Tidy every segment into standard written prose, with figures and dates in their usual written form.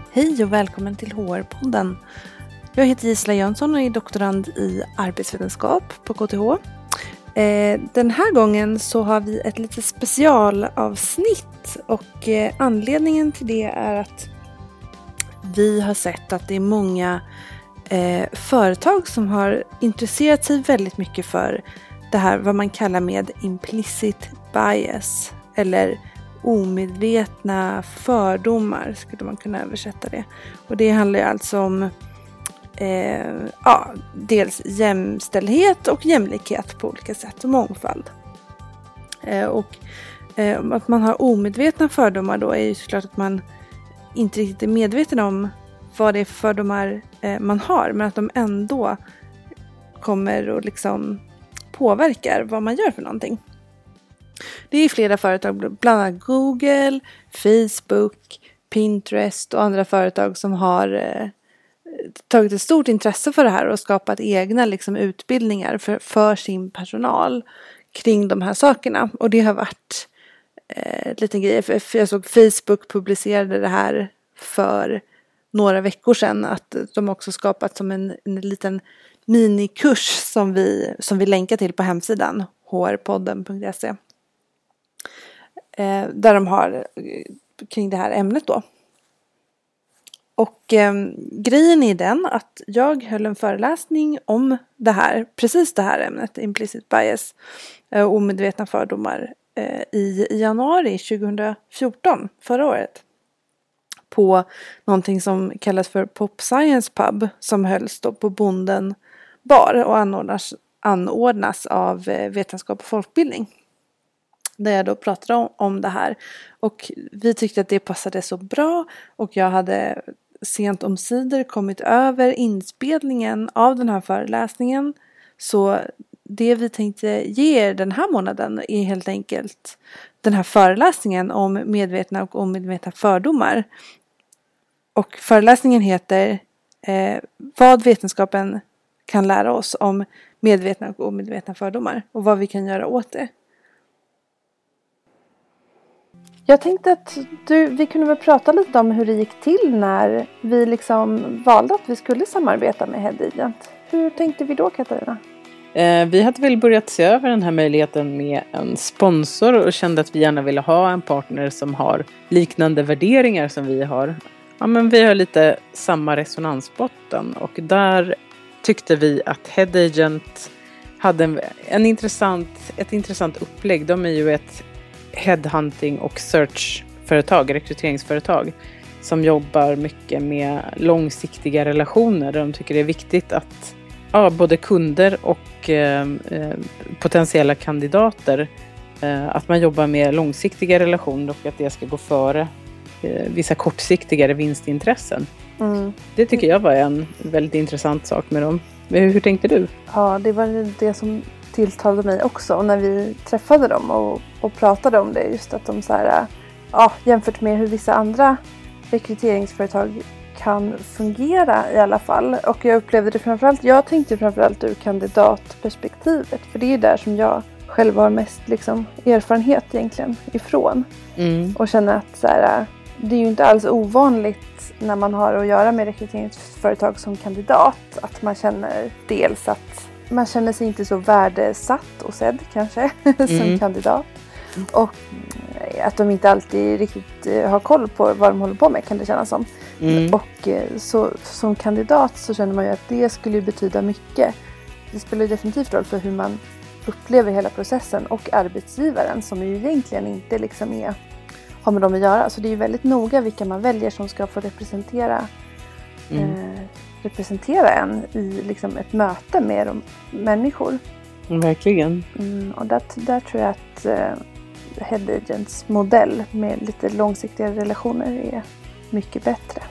Hej och välkommen till HR-podden. Jag heter Isla Jönsson och är doktorand i arbetsvetenskap på KTH. Den här gången så har vi ett lite specialavsnitt och anledningen till det är att vi har sett att det är många företag som har intresserat sig väldigt mycket för det här vad man kallar med implicit bias eller omedvetna fördomar skulle man kunna översätta det. Och det handlar alltså om dels jämställdhet och jämlikhet på olika sätt och mångfald. Att man har omedvetna fördomar då är ju såklart att man inte riktigt är medveten om vad det är för fördomar man har, men att de ändå kommer och liksom påverkar vad man gör för någonting. Det är flera företag, bland annat Google, Facebook, Pinterest och andra företag som har tagit ett stort intresse för det här och skapat egna liksom, utbildningar för sin personal kring de här sakerna. Och det har varit lite grej. Jag såg Facebook publicerade det här för några veckor sedan, att de också skapat som en liten minikurs som vi länkar till på hemsidan hrpodden.se. Där de har kring det här ämnet då. Och grejen är den att jag höll en föreläsning om det här, precis det här ämnet, implicit bias och omedvetna fördomar i januari 2014, förra året. På någonting som kallas för Pop Science Pub som hölls då på Bonden bar och anordnas av Vetenskap och folkbildning. Där jag då pratade om det här. Och vi tyckte att det passade så bra. Och jag hade sent omsider kommit över inspelningen av den här föreläsningen. Så det vi tänkte ge er den här månaden är helt enkelt den här föreläsningen om medvetna och omedvetna fördomar. Och föreläsningen heter Vad vetenskapen kan lära oss om medvetna och omedvetna fördomar. Och vad vi kan göra åt det. Jag tänkte att vi kunde väl prata lite om hur det gick till när vi liksom valde att vi skulle samarbeta med Head Agent. Hur tänkte vi då, Katarina? Vi hade väl börjat se över den här möjligheten med en sponsor och kände att vi gärna ville ha en partner som har liknande värderingar som vi har. Ja, men vi har lite samma resonansbotten och där tyckte vi att Head Agent hade ett intressant upplägg. De är ju ett headhunting och searchföretag, rekryteringsföretag som jobbar mycket med långsiktiga relationer. De tycker det är viktigt att både kunder och potentiella kandidater att man jobbar med långsiktiga relationer och att det ska gå före vissa kortsiktigare vinstintressen. Det tycker jag var en väldigt intressant sak med dem. Hur tänkte du? Ja, det var det som tilltalade mig också. Och när vi träffade dem och pratade om det, just att de så här, jämfört med hur vissa andra rekryteringsföretag kan fungera i alla fall. Och jag upplevde det jag tänkte framförallt ur kandidatperspektivet. För det är där som jag själv har mest liksom, erfarenhet egentligen ifrån. Och känner att så här, det är ju inte alls ovanligt när man har att göra med rekryteringsföretag som kandidat. Att man känner dels att man känner sig inte så värdesatt och sedd kanske som kandidat. Och att de inte alltid riktigt har koll på vad de håller på med, kan det kännas som. Och så, som kandidat så känner man ju att det skulle betyda mycket. Det spelar ju definitivt roll för hur man upplever hela processen och arbetsgivaren som ju egentligen inte liksom har med dem att göra. Så det är ju väldigt noga vilka man väljer som ska få representera en i liksom ett möte med de människor. Verkligen. Och där tror jag att Head Agents modell med lite långsiktiga relationer är mycket bättre.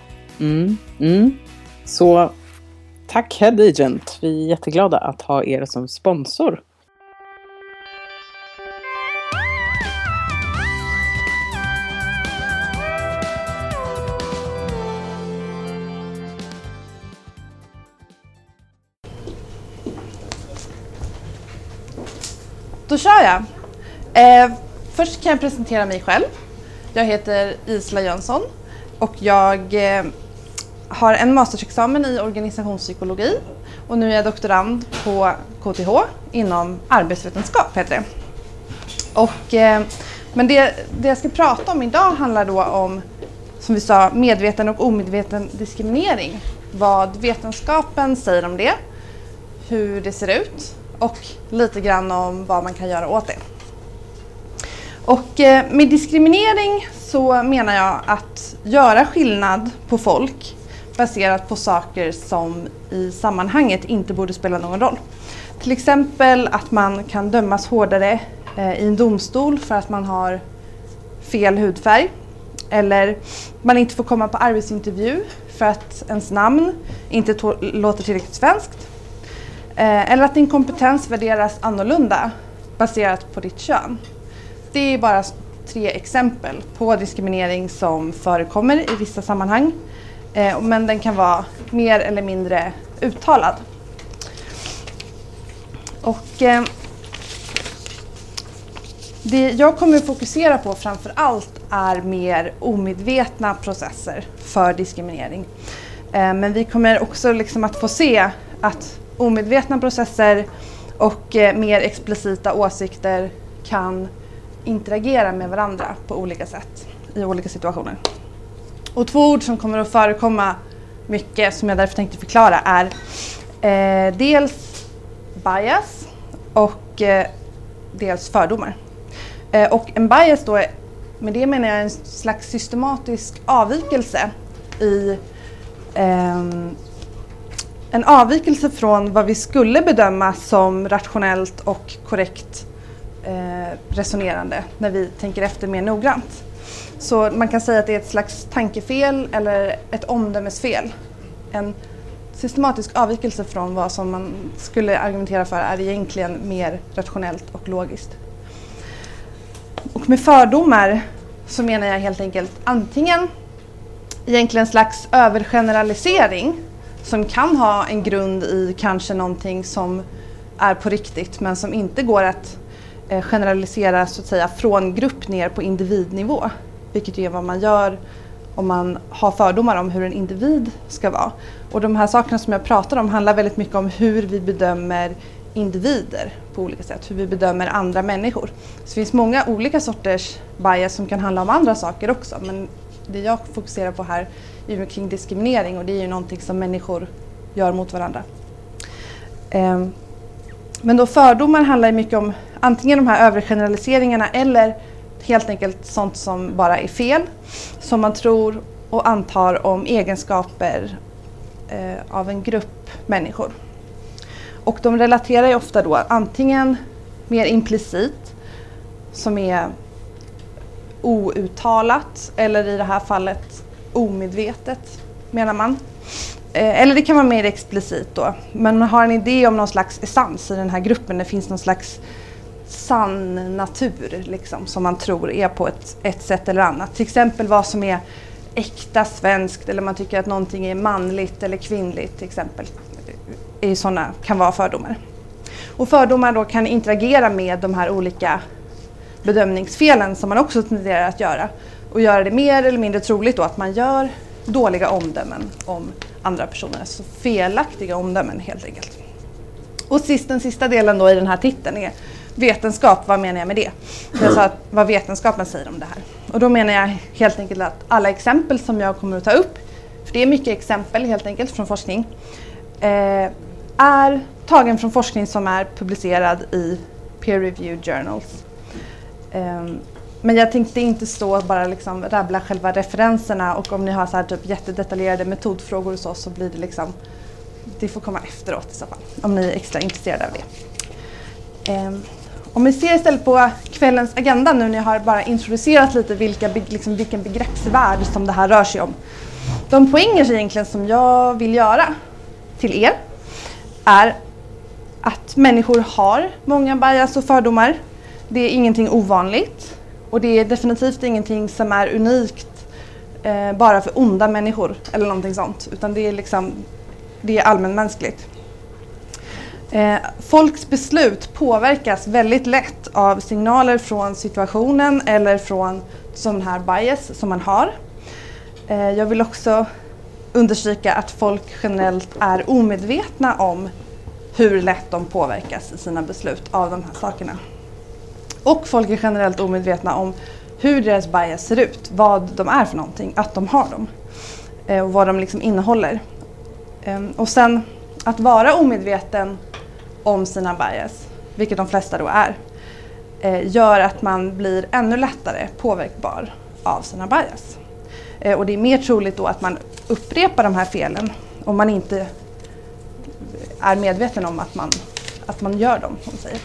Så tack Head Agent. Vi är jätteglada att ha er som sponsor. Då kör jag. Först kan jag presentera mig själv. Jag heter Isla Jönsson och jag har en mastersexamen i organisationspsykologi och nu är jag doktorand på KTH inom arbetsvetenskap heter det. Men det jag ska prata om idag handlar då om, som vi sa, medveten och omedveten diskriminering. Vad vetenskapen säger om det, hur det ser ut och lite grann om vad man kan göra åt det. Och med diskriminering så menar jag att göra skillnad på folk baserat på saker som i sammanhanget inte borde spela någon roll. Till exempel att man kan dömas hårdare i en domstol för att man har fel hudfärg. Eller man inte får komma på arbetsintervju för att ens namn inte låter tillräckligt svenskt. Eller att din kompetens värderas annorlunda baserat på ditt kön. Det är bara 3 exempel på diskriminering som förekommer i vissa sammanhang. Men den kan vara mer eller mindre uttalad. Och det jag kommer att fokusera på framför allt är mer omedvetna processer för diskriminering. Men vi kommer också liksom att få se att omedvetna processer och mer explicita åsikter kan interagera med varandra på olika sätt i olika situationer. Och 2 ord som kommer att förekomma mycket som jag därför tänkte förklara är dels bias och dels fördomar. Och en bias då, med det menar jag en slags systematisk avvikelse en avvikelse från vad vi skulle bedöma som rationellt och korrekt resonerande när vi tänker efter mer noggrant. Så man kan säga att det är ett slags tankefel eller ett omdömesfel. En systematisk avvikelse från vad som man skulle argumentera för är egentligen mer rationellt och logiskt. Och med fördomar så menar jag helt enkelt antingen egentligen en slags övergeneralisering som kan ha en grund i kanske någonting som är på riktigt men som inte går att generalisera så att säga från grupp ner på individnivå. Vilket är vad man gör om man har fördomar om hur en individ ska vara. Och de här sakerna som jag pratar om handlar väldigt mycket om hur vi bedömer individer på olika sätt. Hur vi bedömer andra människor. Så det finns många olika sorters bias som kan handla om andra saker också. Men det jag fokuserar på här är ju kring diskriminering och det är ju någonting som människor gör mot varandra. Men då fördomar handlar mycket om antingen de här övergeneraliseringarna eller helt enkelt sånt som bara är fel. Som man tror och antar om egenskaper av en grupp människor. Och de relaterar ju ofta då antingen mer implicit som är outtalat eller i det här fallet omedvetet menar man. Eller det kan vara mer explicit då. Men man har en idé om någon slags essens i den här gruppen. Det finns någon slags sann natur liksom, som man tror är på ett sätt eller annat. Till exempel vad som är äkta svenskt eller man tycker att någonting är manligt eller kvinnligt till exempel. Kan vara fördomar. Och fördomar då kan interagera med de här olika bedömningsfelen som man också tenderar att göra. Och göra det mer eller mindre troligt då att man gör dåliga omdömen om andra personer. Så felaktiga omdömen helt enkelt. Och den sista delen då i den här titeln är vetenskap. Vad menar jag med det? Jag sa att vad vetenskapen säger om det här. Och då menar jag helt enkelt att alla exempel som jag kommer att ta upp, för det är mycket exempel helt enkelt från forskning, är tagen från forskning som är publicerad i peer-reviewed journals. Men jag tänkte inte stå bara liksom rabbla själva referenserna och om ni har så här typ jättedetaljerade metodfrågor och så blir det liksom, det får komma efteråt i så fall, om ni är extra intresserade av det. Om vi ser istället på kvällens agenda nu när jag har bara introducerat lite vilken begreppsvärld som det här rör sig om. De poänger egentligen som jag vill göra till er är att människor har många bias och fördomar. Det är ingenting ovanligt och det är definitivt ingenting som är unikt bara för onda människor eller någonting sånt. Utan det är allmänmänskligt. Folks beslut påverkas väldigt lätt av signaler från situationen eller från sån här bias som man har. Jag vill också understryka att folk generellt är omedvetna om hur lätt de påverkas i sina beslut av de här sakerna. Och folk är generellt omedvetna om hur deras bias ser ut, vad de är för någonting, att de har dem och vad de liksom innehåller. Och sen att vara omedveten om sina bias, vilket de flesta då är, gör att man blir ännu lättare påverkbar av sina bias. Och det är mer troligt då att man upprepar de här felen om man inte är medveten om att man gör dem, som man säger.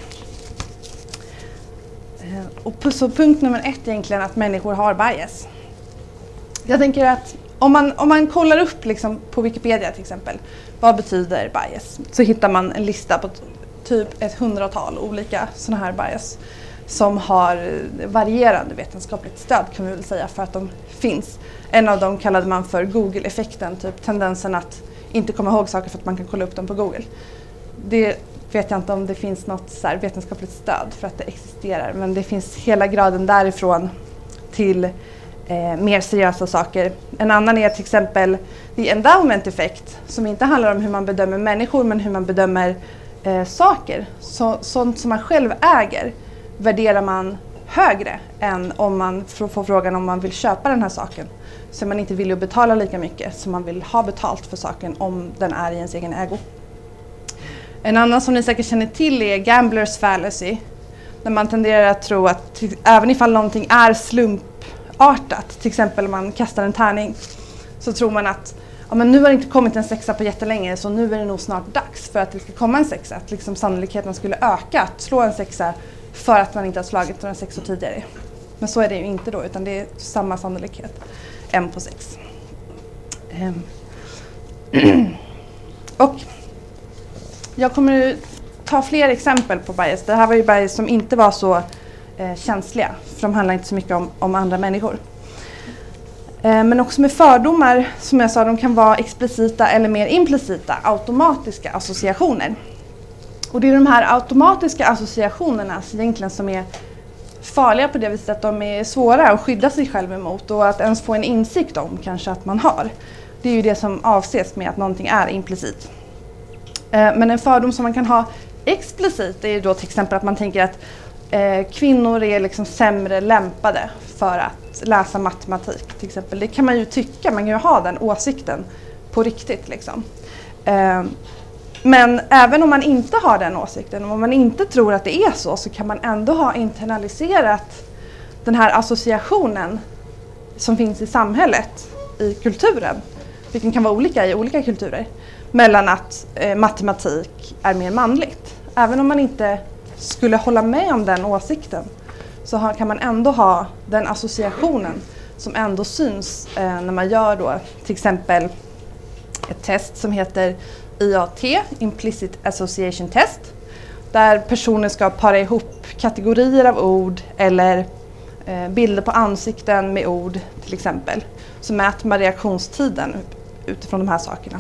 Och så punkt nummer 1 egentligen att människor har bias. Jag tänker att om man kollar upp liksom på Wikipedia till exempel, vad betyder bias? Så hittar man en lista på typ 100-tal olika sådana här bias som har varierande vetenskapligt stöd, kan vi väl säga, för att de finns. En av dem kallade man för Google-effekten, typ tendensen att inte komma ihåg saker för att man kan kolla upp dem på Google. Det vet jag inte om det finns något så här vetenskapligt stöd för att det existerar, men det finns hela graden därifrån till mer seriösa saker. En annan är till exempel the endowment effect, som inte handlar om hur man bedömer människor men hur man bedömer saker. Sånt som man själv äger värderar man högre än om man får frågan om man vill köpa den här saken. Så man inte vill betala lika mycket som man vill ha betalt för saken om den är i ens egen ägo. En annan som ni säkert känner till är gamblers fallacy. När man tenderar att tro att även ifall någonting är slumpartat, till exempel om man kastar en tärning, så tror man att men nu har det inte kommit en 6 på jättelänge, så nu är det nog snart dags för att det ska komma en 6. Att liksom sannolikheten skulle öka att slå en 6 för att man inte har slagit några 6 tidigare. Men så är det ju inte då, utan det är samma sannolikhet. 1 på 6. Och jag kommer ta fler exempel på bias. Det här var ju bias som inte var så känsliga, för de handlar inte så mycket om andra människor. Men också med fördomar, som jag sa, de kan vara explicita eller mer implicita, automatiska associationer. Och det är de här automatiska associationerna egentligen som är farliga på det viset att de är svåra att skydda sig själv emot och att ens få en insikt om kanske att man har. Det är ju det som avses med att någonting är implicit. Men en fördom som man kan ha explicit är ju då till exempel att man tänker att kvinnor är liksom sämre lämpade för att läsa matematik till exempel. Det kan man ju tycka, man kan ju ha den åsikten på riktigt liksom. Men även om man inte har den åsikten, om man inte tror att det är så kan man ändå ha internaliserat den här associationen som finns i samhället, i kulturen, vilken kan vara olika i olika kulturer, mellan att matematik är mer manligt. Även om man inte skulle hålla med om den åsikten så kan man ändå ha den associationen som ändå syns när man gör då till exempel ett test som heter IAT, Implicit Association Test, där personer ska para ihop kategorier av ord eller bilder på ansikten med ord till exempel. Så mäter man reaktionstiden utifrån de här sakerna.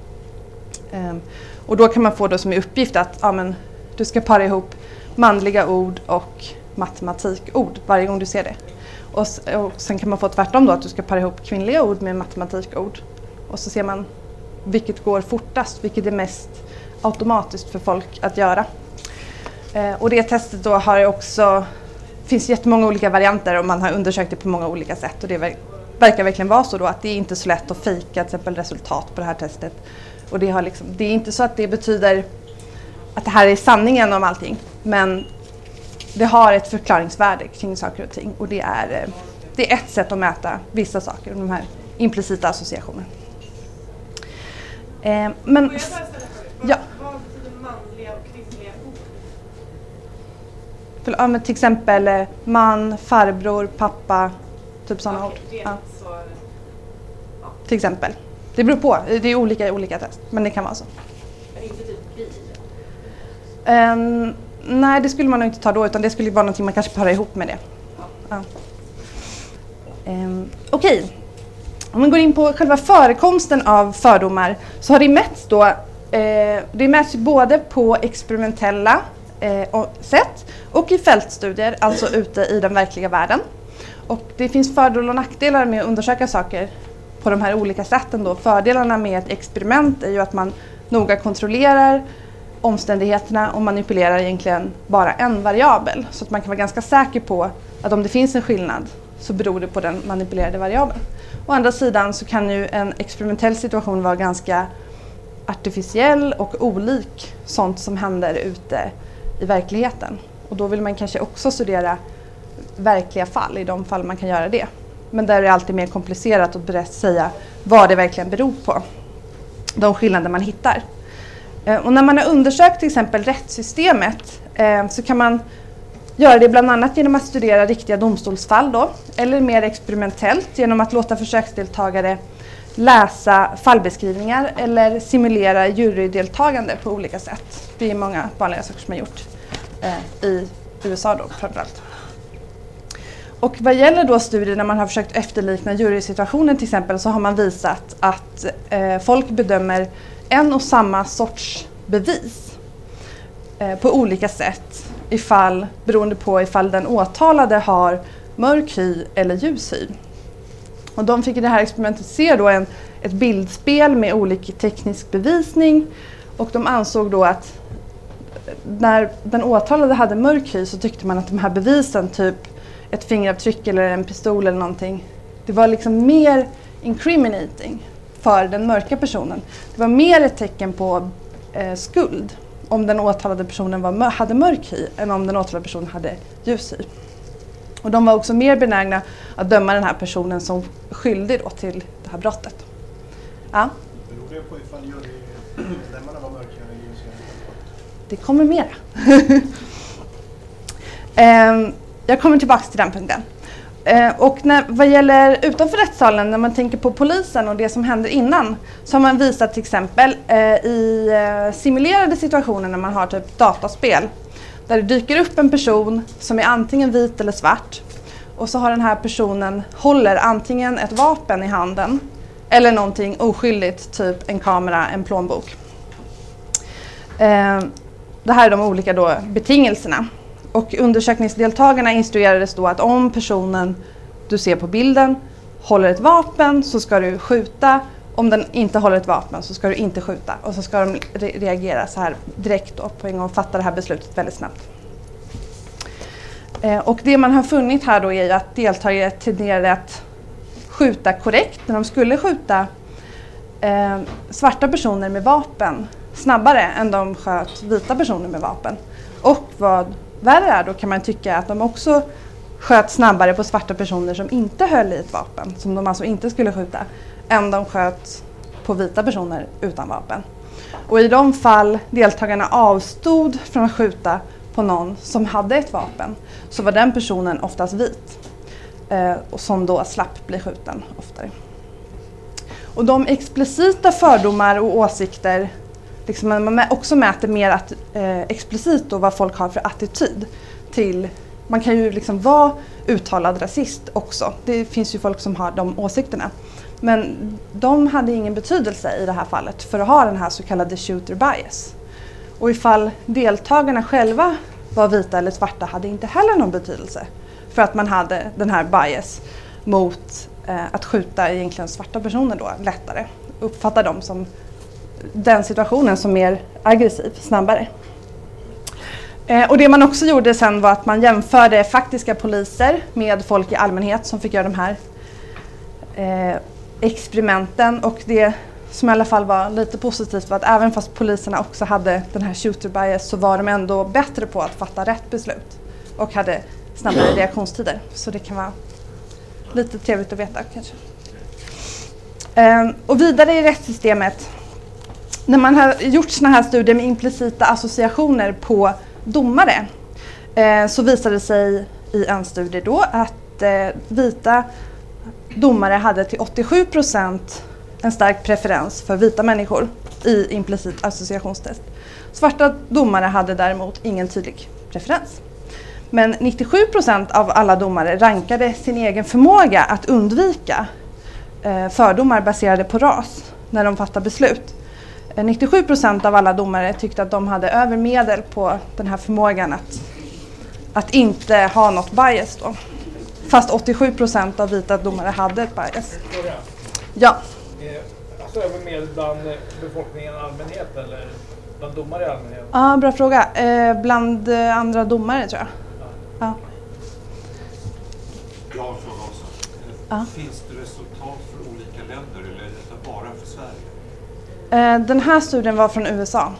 Och då kan man få det som uppgift att du ska para ihop manliga ord och matematikord varje gång du ser det. Och sen kan man få tvärtom då, att du ska para ihop kvinnliga ord med matematikord. Och så ser man vilket går fortast, vilket är mest automatiskt för folk att göra. Och det testet då har också, finns jättemånga olika varianter och man har undersökt det på många olika sätt. Och det verkar verkligen vara så då att det är inte så lätt att fejka till exempel resultat på det här testet. Och det är inte så att det betyder att det här är sanningen om allting. Men det har ett förklaringsvärde kring saker och ting. Och det är ett sätt att mäta vissa saker, de här implicita associationerna. Men vad betyder manliga och kvinnliga ord? Men till exempel man, farbror, pappa, typ sådana ord. Ja. Till exempel. Det beror på, det är olika test, men det kan vara så. Men inte typ bi? Nej, det skulle man nog inte ta då, utan det skulle vara någonting man kanske parar ihop med det. Ja. Okej. Om man går in på själva förekomsten av fördomar så har det mätts då, det mäts både på experimentella sätt och i fältstudier, alltså ute i den verkliga världen. Och det finns fördelar och nackdelar med att undersöka saker på de här olika sätten då. Fördelarna med ett experiment är ju att man noga kontrollerar omständigheterna och manipulerar egentligen bara en variabel. Så att man kan vara ganska säker på att om det finns en skillnad så beror det på den manipulerade variabeln. Å andra sidan så kan ju en experimentell situation vara ganska artificiell och olik sånt som händer ute i verkligheten. Och då vill man kanske också studera verkliga fall i de fall man kan göra det. Men där är det alltid mer komplicerat att säga vad det verkligen beror på. De skillnader man hittar. Och när man har undersökt till exempel rättssystemet så kan man göra det bland annat genom att studera riktiga domstolsfall då, eller mer experimentellt genom att låta försöksdeltagare läsa fallbeskrivningar eller simulera jurydeltagande på olika sätt. Det är många vanliga saker som har gjort i USA då framförallt. Och vad gäller då studier när man har försökt efterlikna jurysituationen till exempel så har man visat att folk bedömer en och samma sorts bevis på olika sätt beroende på ifall den åtalade har mörk hy eller ljus hy. Och de fick i det här experimentet se då ett bildspel med olika teknisk bevisning och de ansåg då att när den åtalade hade mörk hy så tyckte man att de här bevisen, typ ett fingeravtryck eller en pistol eller någonting, det var liksom mer incriminating för den mörka personen. Det var mer ett tecken på skuld om den åtalade personen hade mörk hy än om den åtalade personen hade ljus hy. Och de var också mer benägna att döma den här personen som skyldig då till det här brottet. Ja. Beror det på ifall jurymedlemmarna var mörka eller ljusa? Det kommer mera. Jag kommer tillbaka till den punkten. Och vad gäller utanför rättssalen, när man tänker på polisen och det som händer innan, så har man visat till exempel i simulerade situationer när man har typ dataspel där det dyker upp en person som är antingen vit eller svart och så har den här personen håller antingen ett vapen i handen eller någonting oskyldigt, typ en kamera, en plånbok. Det här är de olika då betingelserna. Och undersökningsdeltagarna instruerades då att om personen du ser på bilden håller ett vapen så ska du skjuta. Om den inte håller ett vapen så ska du inte skjuta. Och så ska de reagera så här direkt då på en gång och fatta det här beslutet väldigt snabbt. Och det man har funnit här då är ju att deltagare tenderade att skjuta korrekt när de skulle skjuta svarta personer med vapen snabbare än de sköt vita personer med vapen. Och vad värre är då kan man tycka att de också sköt snabbare på svarta personer som inte höll i ett vapen, som de alltså inte skulle skjuta, än de sköt på vita personer utan vapen. Och i de fall deltagarna avstod från att skjuta på någon som hade ett vapen så var den personen oftast vit och som då slapp bli skjuten oftare. Och de explicita fördomar och åsikter, liksom man också mäter mer explicit då vad folk har för attityd till. Man kan ju liksom vara uttalad rasist också. Det finns ju folk som har de åsikterna. Men de hade ingen betydelse i det här fallet för att ha den här så kallade shooter bias. Och ifall deltagarna själva var vita eller svarta hade inte heller någon betydelse. För att man hade den här bias mot att skjuta egentligen svarta personer då lättare. Uppfatta dem som den situationen som mer aggressiv, snabbare. Och det man också gjorde sen var att man jämförde faktiska poliser med folk i allmänhet som fick göra de här experimenten. Och det som i alla fall var lite positivt var att även fast poliserna också hade den här shooter bias så var de ändå bättre på att fatta rätt beslut och hade snabbare reaktionstider. Så det kan vara lite trevligt att veta kanske. Och vidare i rättssystemet, när man har gjort såna här studier med implicita associationer på domare så visade det sig i en studie då att vita domare hade till 87% en stark preferens för vita människor i implicit associationstest. Svarta domare hade däremot ingen tydlig preferens. Men 97% av alla domare rankade sin egen förmåga att undvika fördomar baserade på ras när de fattar beslut. 97% av alla domare tyckte att de hade över medel på den här förmågan att inte ha något bias då. Fast 87% av vita domare hade ett bias. Ja. Alltså över med bland befolkningen i allmänhet eller bland domare i allmänhet? Ja, bra fråga. Bland andra domare tror jag. Ja. Jag har en fråga också. Finns det resultat för olika länder eller är det bara för Sverige? Den här studien var från USA.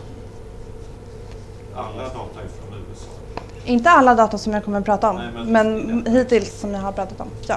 Alla data är från USA? Inte alla data som jag kommer att prata om, Nej, men hittills som jag har pratat om. Ja.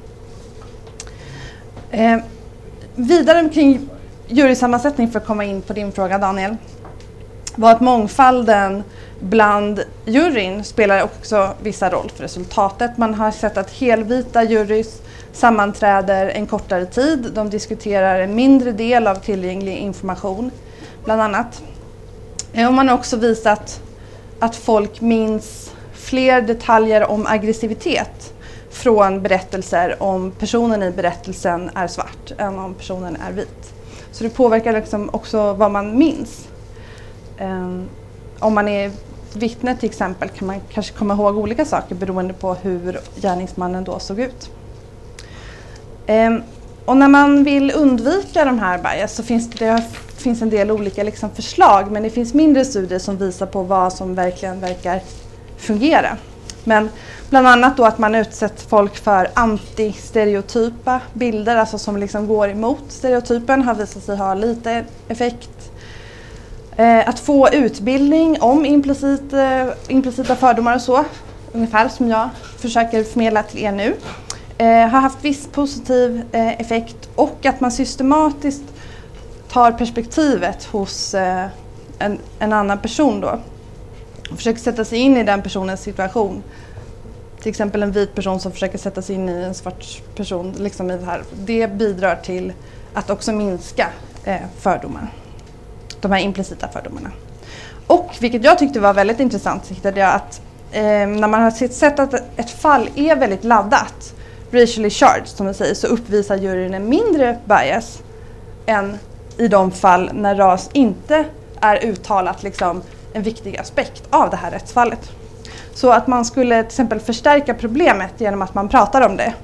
Vidare kring jurysammansättning för att komma in på din fråga, Daniel, var att mångfalden bland juryn spelar också vissa roll för resultatet. Man har sett att helvita jurys sammanträder en kortare tid. De diskuterar en mindre del av tillgänglig information, bland annat. Och man har också visat att folk minns fler detaljer om aggressivitet från berättelser om personen i berättelsen är svart än om personen är vit. Så det påverkar liksom också vad man minns. Om man är vittne till exempel kan man kanske komma ihåg olika saker beroende på hur gärningsmannen då såg ut. Och när man vill undvika de här bias så finns en del olika liksom förslag, men det finns mindre studier som visar på vad som verkligen verkar fungera. Men bland annat då att man utsätter folk för antistereotypa bilder, alltså som liksom går emot stereotypen, har visat sig ha lite effekt. Att få utbildning om implicita fördomar och så, ungefär som jag försöker förmedla till er nu, har haft viss positiv effekt, och att man systematiskt tar perspektivet hos en annan person då och försöker sätta sig in i den personens situation. Till exempel en vit person som försöker sätta sig in i en svart person. Liksom i det här. Det bidrar till att också minska fördomar. De här implicita fördomarna. Och vilket jag tyckte var väldigt intressant, så hittade jag att när man har sett att ett fall är väldigt laddat, racially charged som man säger, så uppvisar juryn en mindre bias än i de fall när ras inte är uttalat liksom en viktig aspekt av det här rättsfallet. Så att man skulle till exempel förstärka problemet genom att man pratar om det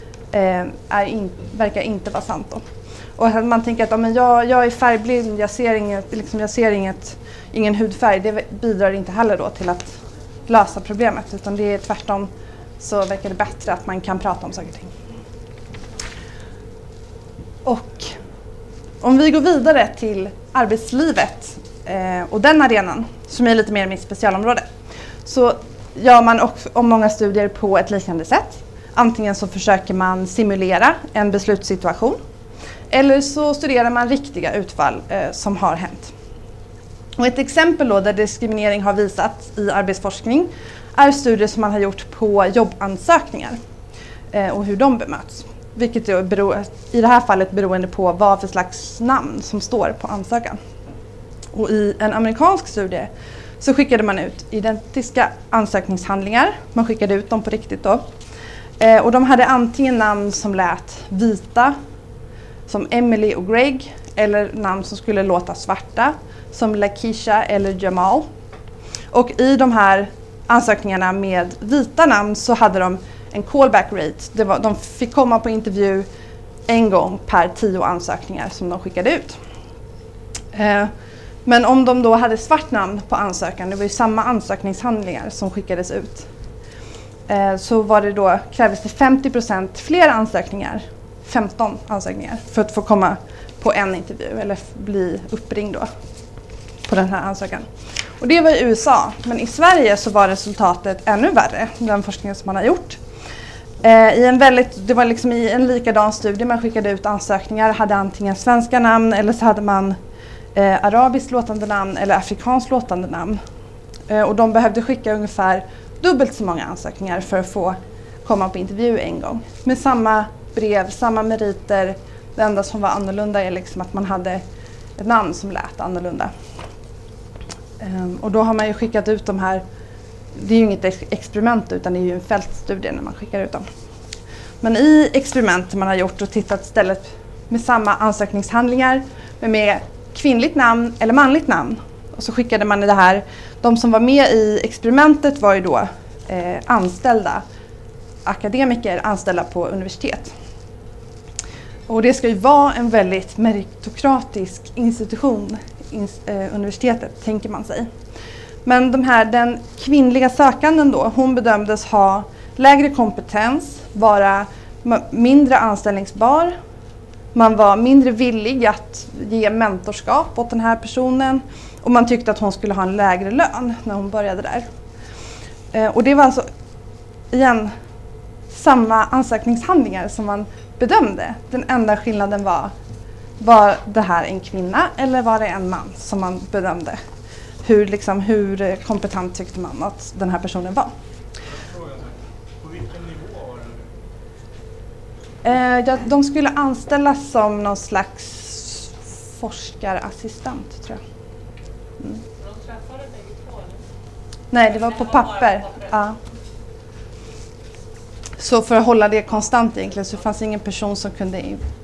verkar inte vara sant då. Och att man tänker att jag är färgblind, jag ser ingen hudfärg, det bidrar inte heller då till att lösa problemet, utan det är tvärtom, så verkar det bättre att man kan prata om saker och ting. Och om vi går vidare till arbetslivet och den arenan som är lite mer mitt specialområde, så gör man också många studier på ett liknande sätt. Antingen så försöker man simulera en beslutssituation, eller så studerar man riktiga utfall som har hänt. Och ett exempel då där diskriminering har visats i arbetsforskning är studier som man har gjort på jobbansökningar och hur de bemöts. Vilket i det här fallet beroende på vad för slags namn som står på ansökan. Och i en amerikansk studie så skickade man ut identiska ansökningshandlingar. Man skickade ut dem på riktigt då. Och de hade antingen namn som lät vita, som Emily och Greg, eller namn som skulle låta svarta, som Lakeisha eller Jamal. Och i de här ansökningarna med vita namn så hade de en callback rate. De fick komma på intervju en gång per 10 ansökningar som de skickade ut. Men om de då hade svart namn på ansökan, det var ju samma ansökningshandlingar som skickades ut, så var det då, krävdes det 50% fler ansökningar, 15 ansökningar, för att få komma på en intervju eller bli uppringd då på den här ansökan. Och det var i USA, men i Sverige så var resultatet ännu värre, den forskningen som man har gjort. Det var liksom i en likadan studie, man skickade ut ansökningar, hade antingen svenska namn eller så hade man arabiskt låtande namn eller afrikanskt låtande namn. Och de behövde skicka ungefär dubbelt så många ansökningar för att få komma på intervju en gång. Med samma brev, samma meriter. Det enda som var annorlunda är liksom att man hade ett namn som lät annorlunda. Och då har man ju skickat ut de här, det är ju inget experiment utan det är ju en fältstudie när man skickar ut dem. Men i experiment man har gjort och tittat istället med samma ansökningshandlingar men med kvinnligt namn eller manligt namn. Och så skickade man det här, de som var med i experimentet var ju då anställda akademiker, anställda på universitet. Och det ska ju vara en väldigt meritokratisk institution, universitetet, tänker man sig. Men den kvinnliga sökanden då, hon bedömdes ha lägre kompetens, vara mindre anställningsbar. Man var mindre villig att ge mentorskap åt den här personen. Och man tyckte att hon skulle ha en lägre lön när hon började där. Och det var alltså, igen, samma ansökningshandlingar som man bedömde. Den enda skillnaden var det här en kvinna eller var det en man som man bedömde? Hur kompetent tyckte man att den här personen var? På vilken nivå var det? De skulle anställas som någon slags forskarassistent, tror jag. De träffade bägge två, eller? Nej, det var på papper. Ja. Så för att hålla det konstant egentligen så fanns ingen person som kunde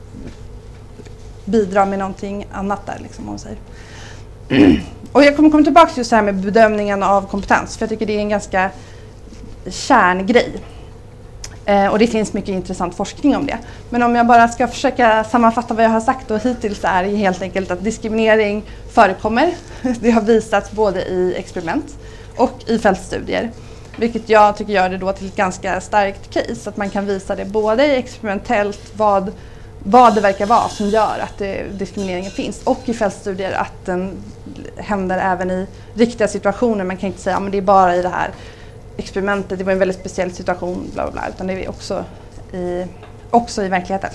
bidra med någonting annat där, liksom, om man säger. Och jag kommer komma tillbaka till just det här med bedömningen av kompetens, för jag tycker det är en ganska kärngrej. Och det finns mycket intressant forskning om det. Men om jag bara ska försöka sammanfatta vad jag har sagt då hittills, är det helt enkelt att diskriminering förekommer. Det har visats både i experiment och i fältstudier. Vilket jag tycker gör det då till ett ganska starkt case. Att man kan visa det både i experimentellt vad det verkar vara som gör att diskrimineringen finns. Och i fältstudier att den händer även i riktiga situationer. Man kan inte säga att det är bara i det här experimentet, det var en väldigt speciell situation, bla bla bla, utan det är också i verkligheten.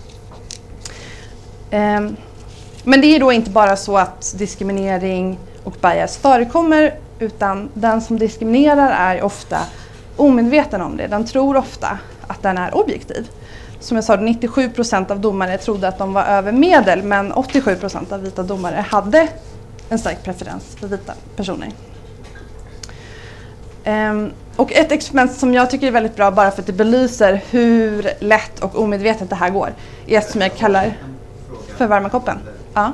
Men det är då inte bara så att diskriminering och bias förekommer, utan den som diskriminerar är ofta omedveten om det. Den tror ofta att den är objektiv. Som jag sa, 97% av domare trodde att de var över medel, men 87% av vita domare hade en stark preferens för vita personer. Och ett experiment som jag tycker är väldigt bra, bara för att det belyser hur lätt och omedvetet det här går, är ett som jag kallar för varma koppen. Ja.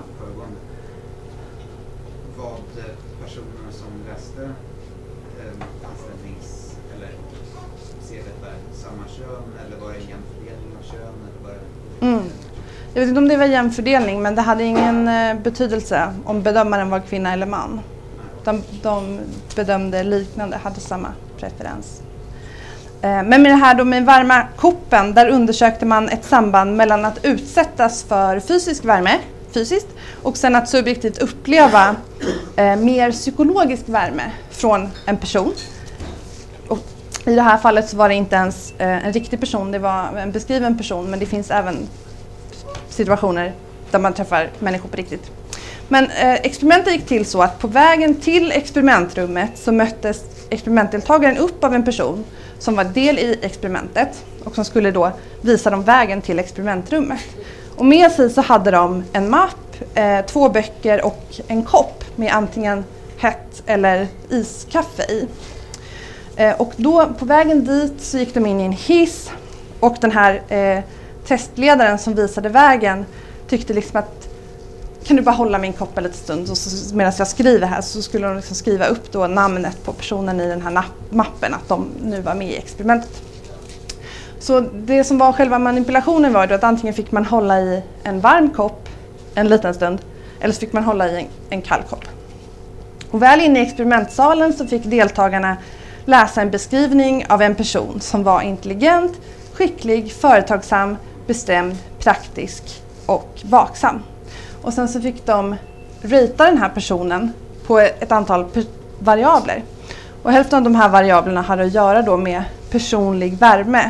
Vad personerna som läste anställnings eller CV samma kön, eller var det en jämn fördelning av kön, eller var det... Jag vet inte om det var jämn fördelning, men det hade ingen betydelse om bedömaren var kvinna eller man. De bedömde liknande, hade samma preferens. Men med det här då med varma koppen, där undersökte man ett samband mellan att utsättas för fysisk värme, fysiskt, och sen att subjektivt uppleva mer psykologisk värme från en person. Och i det här fallet så var det inte ens en riktig person, det var en beskriven person, men det finns även situationer där man träffar människor på riktigt. Men experimentet gick till så att på vägen till experimentrummet så möttes experimentdeltagaren upp av en person som var del i experimentet och som skulle då visa dem vägen till experimentrummet. Och med sig så hade de en mapp, 2 böcker och en kopp med antingen hett eller iskaffe i. Och då på vägen dit så gick de in i en hiss, och den här testledaren som visade vägen tyckte liksom att kan du bara hålla min kopp en liten stund, och så, medan jag skriver här, så skulle de liksom skriva upp då namnet på personen i den här mappen, att de nu var med i experimentet. Så det som var själva manipulationen var då att antingen fick man hålla i en varm kopp en liten stund, eller så fick man hålla i en kall kopp. Och väl inne i experimentsalen så fick deltagarna läsa en beskrivning av en person som var intelligent, skicklig, företagsam, bestämd, praktisk och vaksam. Och sen så fick de rita den här personen på ett antal variabler. Och hälften av de här variablerna hade att göra då med personlig värme.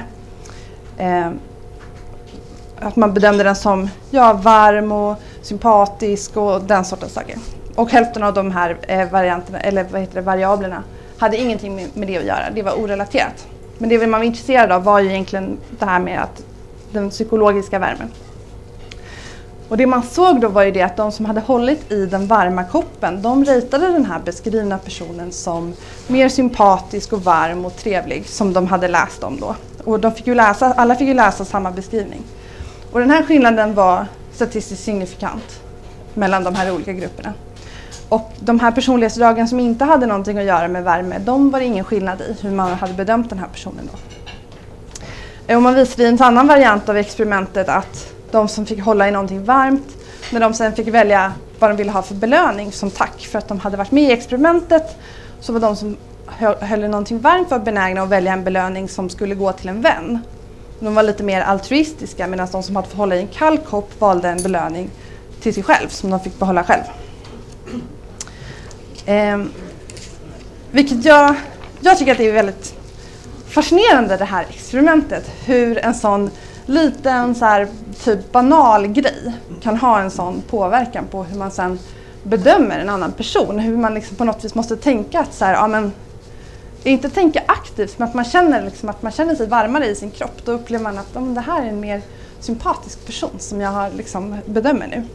Att man bedömde den som varm och sympatisk och den sortens saker. Och hälften av de här variablerna hade ingenting med det att göra. Det var orelaterat. Men det man var intresserad av var ju egentligen det här med att den psykologiska värmen. Och det man såg då var ju det att de som hade hållit i den varma koppen, de ritade den här beskrivna personen som mer sympatisk och varm och trevlig, som de hade läst om då. Och alla fick ju läsa samma beskrivning. Och den här skillnaden var statistiskt signifikant mellan de här olika grupperna. Och de här personlighetsdragen som inte hade någonting att göra med värme, de var det ingen skillnad i hur man hade bedömt den här personen då. Och man visade i en annan variant av experimentet att de som fick hålla i någonting varmt. När de sen fick välja vad de ville ha för belöning som tack för att de hade varit med i experimentet, så var de som höll i någonting varmt var benägna att välja en belöning som skulle gå till en vän. De var lite mer altruistiska, medan de som hade fått hålla i en kall kopp valde en belöning till sig själv som de fick behålla själv. Vilket jag tycker att det är väldigt fascinerande, det här experimentet. Hur en sån liten så här, typ banal grej kan ha en sån påverkan på hur man sen bedömer en annan person. Hur man liksom på något vis måste tänka att så här, ja, men inte tänka aktivt, men att man känner liksom att man känner sig varmare i sin kropp. Då upplever man att det här är en mer sympatisk person som jag har liksom bedömer nu.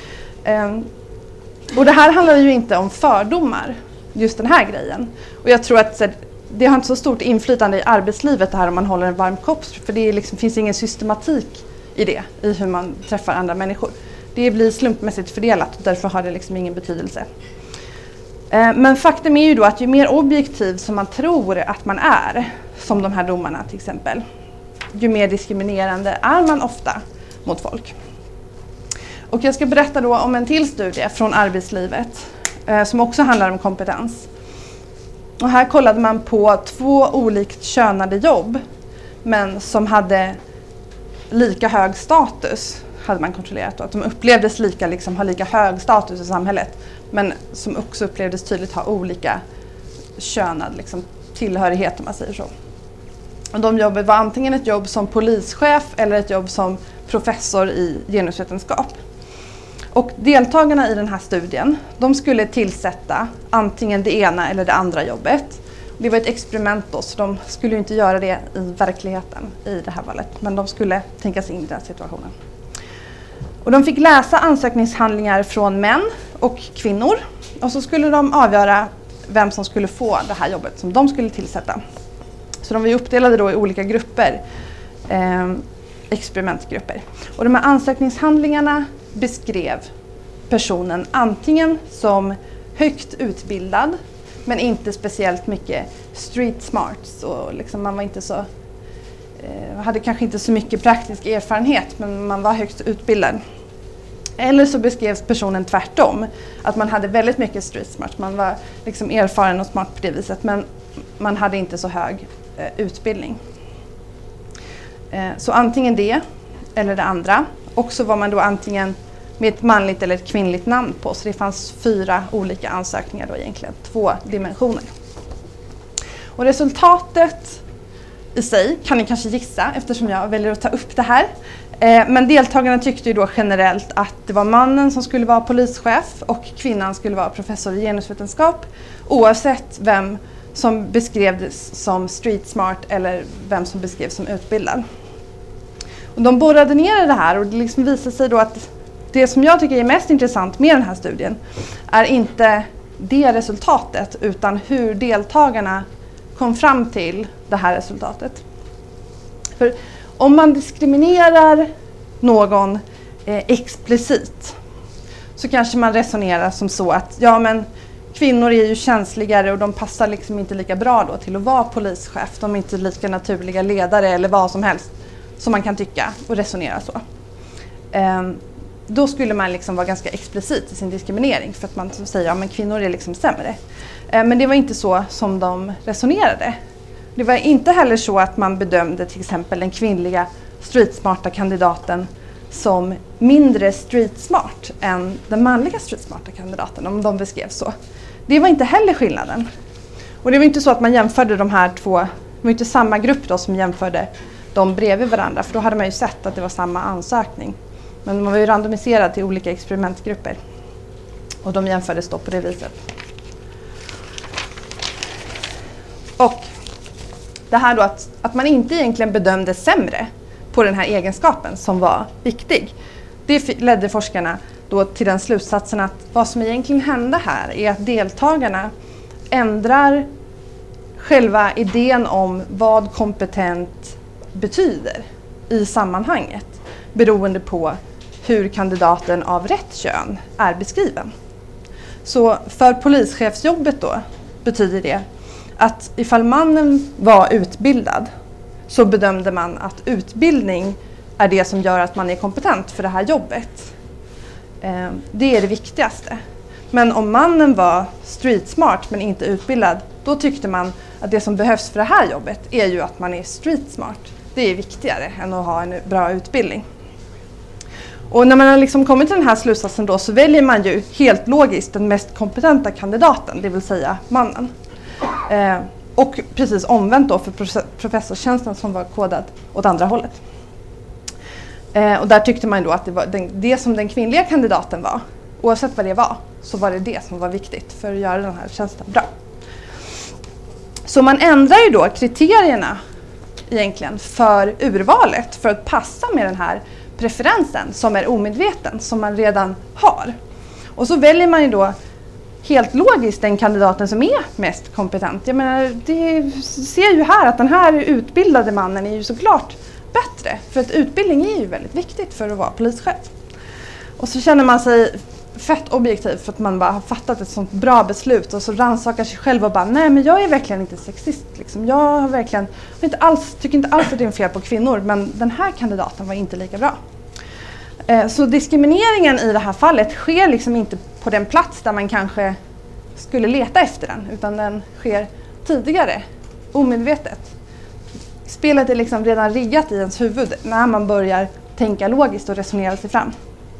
Och det här handlar ju inte om fördomar, just den här grejen. Och jag tror att det har inte så stort inflytande i arbetslivet det här om man håller en varm kopp. För det liksom, finns ingen systematik i det, i hur man träffar andra människor. Det blir slumpmässigt fördelat och därför har det liksom ingen betydelse. Men faktum är ju då att ju mer objektiv som man tror att man är, som de här domarna till exempel, ju mer diskriminerande är man ofta mot folk. Och jag ska berätta då om en till studie från arbetslivet som också handlar om kompetens. Och här kollade man på 2 olikt könade jobb, men som hade lika hög status, hade man kontrollerat då. Att de upplevdes lika, liksom, ha lika hög status i samhället, men som också upplevdes tydligt ha olika könad liksom, tillhörighet, om man säger så. Och de jobben var antingen ett jobb som polischef eller ett jobb som professor i genusvetenskap. Och deltagarna i den här studien, de skulle tillsätta antingen det ena eller det andra jobbet. Det var ett experiment då, så de skulle ju inte göra det i verkligheten i det här fallet. Men de skulle tänka sig in i den situationen. Och de fick läsa ansökningshandlingar från män och kvinnor. Och så skulle de avgöra vem som skulle få det här jobbet som de skulle tillsätta. Så de var ju uppdelade då i olika grupper, experimentgrupper. Och de här ansökningshandlingarna beskrev personen antingen som högt utbildad, men inte speciellt mycket street smart. Så liksom man var inte så, hade kanske inte så mycket praktisk erfarenhet, men man var högt utbildad. Eller så beskrevs personen tvärtom, att man hade väldigt mycket street smart. Man var liksom erfaren och smart på det viset, men man hade inte så hög utbildning. Så antingen det eller det andra. Och så var man då antingen med ett manligt eller ett kvinnligt namn på. Så det fanns 4 olika ansökningar då egentligen, 2 dimensioner. Och resultatet i sig kan ni kanske gissa, eftersom jag väljer att ta upp det här. Men deltagarna tyckte ju då generellt att det var mannen som skulle vara polischef och kvinnan skulle vara professor i genusvetenskap, oavsett vem som beskrevs som street smart eller vem som beskrevs som utbildad. Och de borrade ner i det här och det liksom visade sig då att det som jag tycker är mest intressant med den här studien är inte det resultatet, utan hur deltagarna kom fram till det här resultatet. För om man diskriminerar någon explicit, så kanske man resonerar som så att ja, men kvinnor är ju känsligare och de passar liksom inte lika bra då till att vara polischef. De är inte lika naturliga ledare eller vad som helst, som man kan tycka och resonera så. Då skulle man liksom vara ganska explicit i sin diskriminering, för att man säger ja, men kvinnor är liksom sämre. Men det var inte så som de resonerade. Det var inte heller så att man bedömde till exempel den kvinnliga streetsmarta kandidaten som mindre streetsmart än den manliga streetsmarta kandidaten, om de beskrevs så. Det var inte heller skillnaden. Och det var inte så att man jämförde de här 2, det var inte samma grupp då som jämförde dem bredvid varandra, för då hade man ju sett att det var samma ansökning. Men man var ju randomiserad till olika experimentgrupper. Och de jämfördes då på det viset. Och det här då att man inte egentligen bedömde sämre på den här egenskapen som var viktig. Det ledde forskarna då till den slutsatsen att vad som egentligen hände här är att deltagarna ändrar själva idén om vad kompetent betyder i sammanhanget, beroende på hur kandidaten av rätt kön är beskriven. Så för polischefsjobbet då betyder det att ifall mannen var utbildad, så bedömde man att utbildning är det som gör att man är kompetent för det här jobbet. Det är det viktigaste. Men om mannen var street smart men inte utbildad, då tyckte man att det som behövs för det här jobbet är ju att man är street smart. Det är viktigare än att ha en bra utbildning. Och när man har liksom kommit till den här slutsatsen då, så väljer man ju helt logiskt den mest kompetenta kandidaten, det vill säga mannen. Och precis omvänt då för professorstjänsten som var kodad åt andra hållet. Och där tyckte man då att det var det som den kvinnliga kandidaten var, oavsett vad det var, så var det som var viktigt för att göra den här tjänsten bra. Så man ändrar ju då kriterierna egentligen för urvalet för att passa med den här preferensen som är omedveten, som man redan har. Och så väljer man ju då helt logiskt den kandidaten som är mest kompetent. Jag menar, det ser ju här att den här utbildade mannen är ju såklart bättre. För att utbildning är ju väldigt viktigt för att vara polischef. Och så känner man sig fett objektiv för att man bara har fattat ett sånt bra beslut och så rannsakar sig själv och bara, nej men jag är verkligen inte sexist liksom. Jag har verkligen tycker inte alls att det är fel på kvinnor, men den här kandidaten var inte lika bra. Så diskrimineringen i det här fallet sker liksom inte på den plats där man kanske skulle leta efter den, utan den sker tidigare, omedvetet. Spelet är liksom redan riggat i ens huvud när man börjar tänka logiskt och resonera sig fram.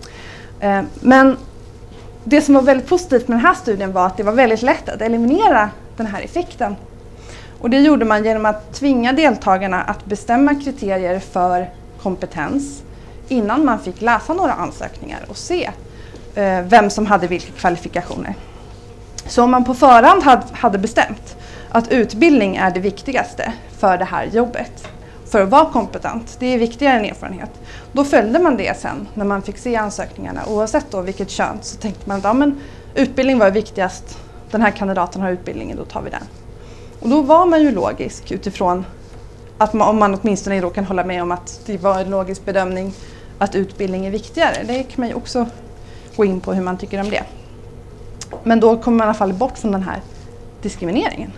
Men det som var väldigt positivt med den här studien var att det var väldigt lätt att eliminera den här effekten. Och det gjorde man genom att tvinga deltagarna att bestämma kriterier för kompetens innan man fick läsa några ansökningar och se vem som hade vilka kvalifikationer. Så om man på förhand hade bestämt att utbildning är det viktigaste för det här jobbet, för att vara kompetent, det är viktigare än erfarenhet, då följde man det sen när man fick se ansökningarna. Oavsett då vilket kön så tänkte man att ja, men utbildning var viktigast, den här kandidaten har utbildningen, då tar vi den. Och då var man ju logisk utifrån att om man åtminstone då kan hålla med om att det var en logisk bedömning att utbildning är viktigare. Det kan man ju också gå in på hur man tycker om det. Men då kommer man i alla fall bort från den här diskrimineringen.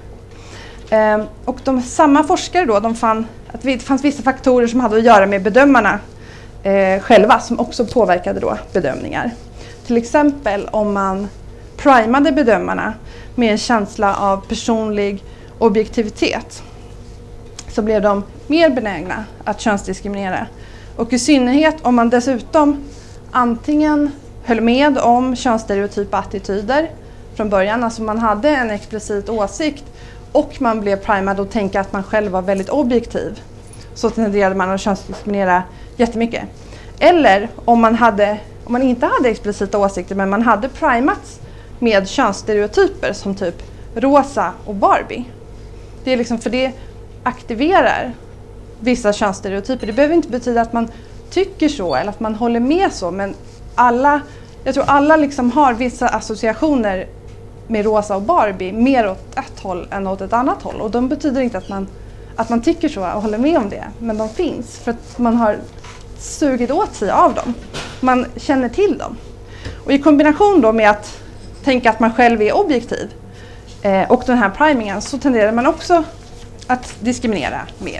Och samma forskare då, de fann att det fanns vissa faktorer som hade att göra med bedömarna själva som också påverkade då bedömningar. Till exempel om man primade bedömarna med en känsla av personlig objektivitet så blev de mer benägna att könsdiskriminera. Och i synnerhet om man dessutom antingen höll med om könsstereotypa attityder från början, alltså man hade en explicit åsikt och man blev primad att tänka att man själv var väldigt objektiv, så tenderade man att könsdiskriminera jättemycket. Eller om man inte hade explicita åsikter men man hade primats med könsstereotyper som typ Rosa och Barbie. Det är liksom, för det aktiverar vissa könsstereotyper. Det behöver inte betyda att man tycker så eller att man håller med så, men jag tror alla liksom har vissa associationer med Rosa och Barbie mer åt ett håll än åt ett annat håll. Och de betyder inte att man tycker så och håller med om det, men de finns för att man har sugit åt sig av dem. Man känner till dem. Och i kombination då med att tänka att man själv är objektiv och den här primingen, så tenderar man också att diskriminera mer.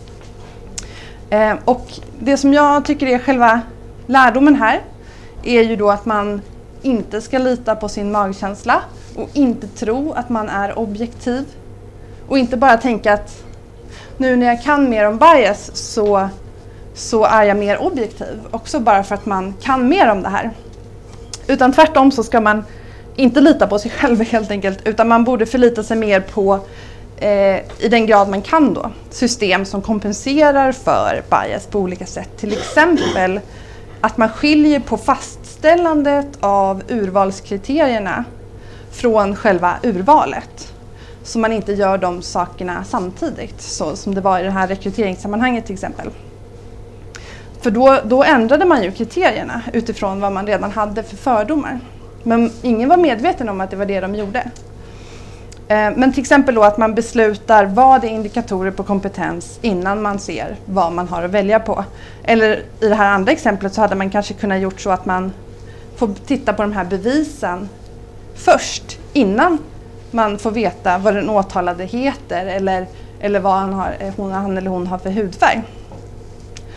Och det som jag tycker är själva lärdomen här är ju då att man inte ska lita på sin magkänsla och inte tro att man är objektiv. Och inte bara tänka att nu när jag kan mer om bias så är jag mer objektiv. Också bara för att man kan mer om det här. Utan tvärtom så ska man inte lita på sig själv helt enkelt. Utan man borde förlita sig mer på, i den grad man kan då, system som kompenserar för bias på olika sätt. Till exempel att man skiljer på fastställandet av urvalskriterierna från själva urvalet. Så man inte gör de sakerna samtidigt, så som det var i det här rekryteringssammanhanget till exempel. För då ändrade man ju kriterierna utifrån vad man redan hade för fördomar. Men ingen var medveten om att det var det de gjorde. Men till exempel då att man beslutar vad är indikatorer på kompetens innan man ser vad man har att välja på. Eller i det här andra exemplet så hade man kanske kunnat gjort så att man får titta på de här bevisen först innan man får veta vad den åtalade heter eller vad han eller hon har för hudfärg.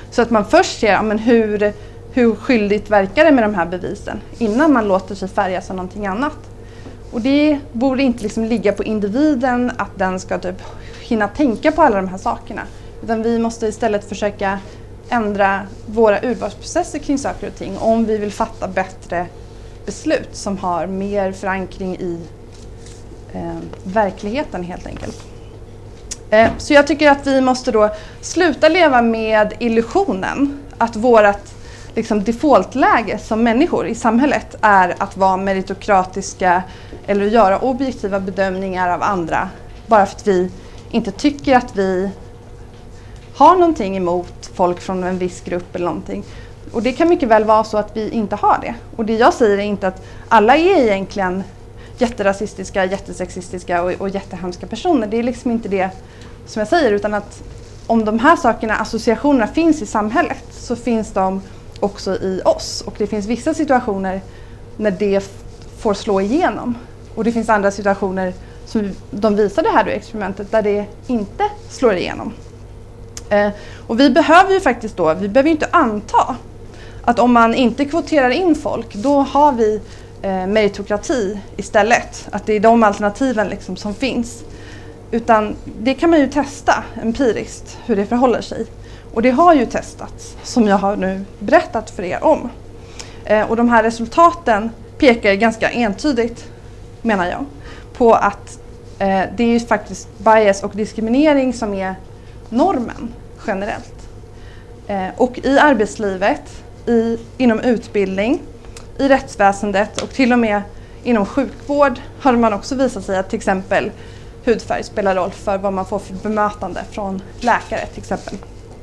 Så att man först ser men hur skyldigt verkar det med de här bevisen innan man låter sig färgas av någonting annat. Och det borde inte liksom ligga på individen att den ska typ hinna tänka på alla de här sakerna. Utan vi måste istället försöka ändra våra urvalsprocesser kring saker och ting om vi vill fatta bättre beslut som har mer förankring i verkligheten helt enkelt. Så jag tycker att vi måste då sluta leva med illusionen att vårt liksom defaultläge som människor i samhället är att vara meritokratiska eller göra objektiva bedömningar av andra bara för att vi inte tycker att vi har någonting emot folk från en viss grupp eller någonting. Och det kan mycket väl vara så att vi inte har det. Och det jag säger är inte att alla är egentligen jätterasistiska, jättesexistiska och jättehemska personer. Det är liksom inte det som jag säger, utan att om de här sakerna, associationerna finns i samhället så finns de också i oss. Och det finns vissa situationer när det får slå igenom. Och det finns andra situationer som de visade här i experimentet där det inte slår igenom. Och vi behöver ju faktiskt då, vi behöver ju inte anta att om man inte kvoterar in folk, då har vi meritokrati istället. Att det är de alternativen liksom som finns. Utan det kan man ju testa empiriskt hur det förhåller sig. Och det har ju testats som jag har nu berättat för er om. Och de här resultaten pekar ganska entydigt, menar jag, på att det är ju faktiskt bias och diskriminering som är normen generellt. Och i arbetslivet, inom utbildning, i rättsväsendet och till och med inom sjukvård har man också visat sig att till exempel hudfärg spelar roll för vad man får för bemötande från läkare till exempel.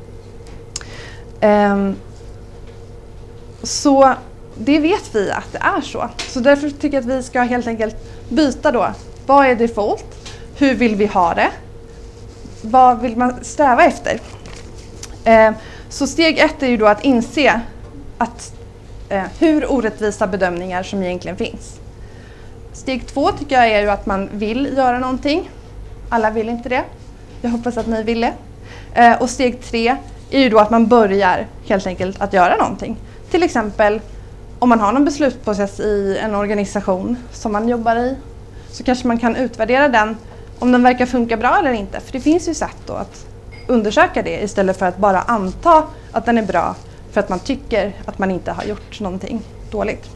Så det vet vi att det är så. Så därför tycker jag att vi ska helt enkelt byta då. Vad är default? Hur vill vi ha det? Vad vill man sträva efter? Så steg 1 är ju då att inse att hur orättvisa bedömningar som egentligen finns. Steg 2 tycker jag är ju att man vill göra någonting. Alla vill inte det. Jag hoppas att ni vill det. Och steg 3 är ju då att man börjar helt enkelt att göra någonting. Till exempel om man har någon beslutsprocess i en organisation som man jobbar i, så kanske man kan utvärdera den om den verkar funka bra eller inte. För det finns ju sätt då att undersöka det istället för att bara anta att den är bra för att man tycker att man inte har gjort någonting dåligt.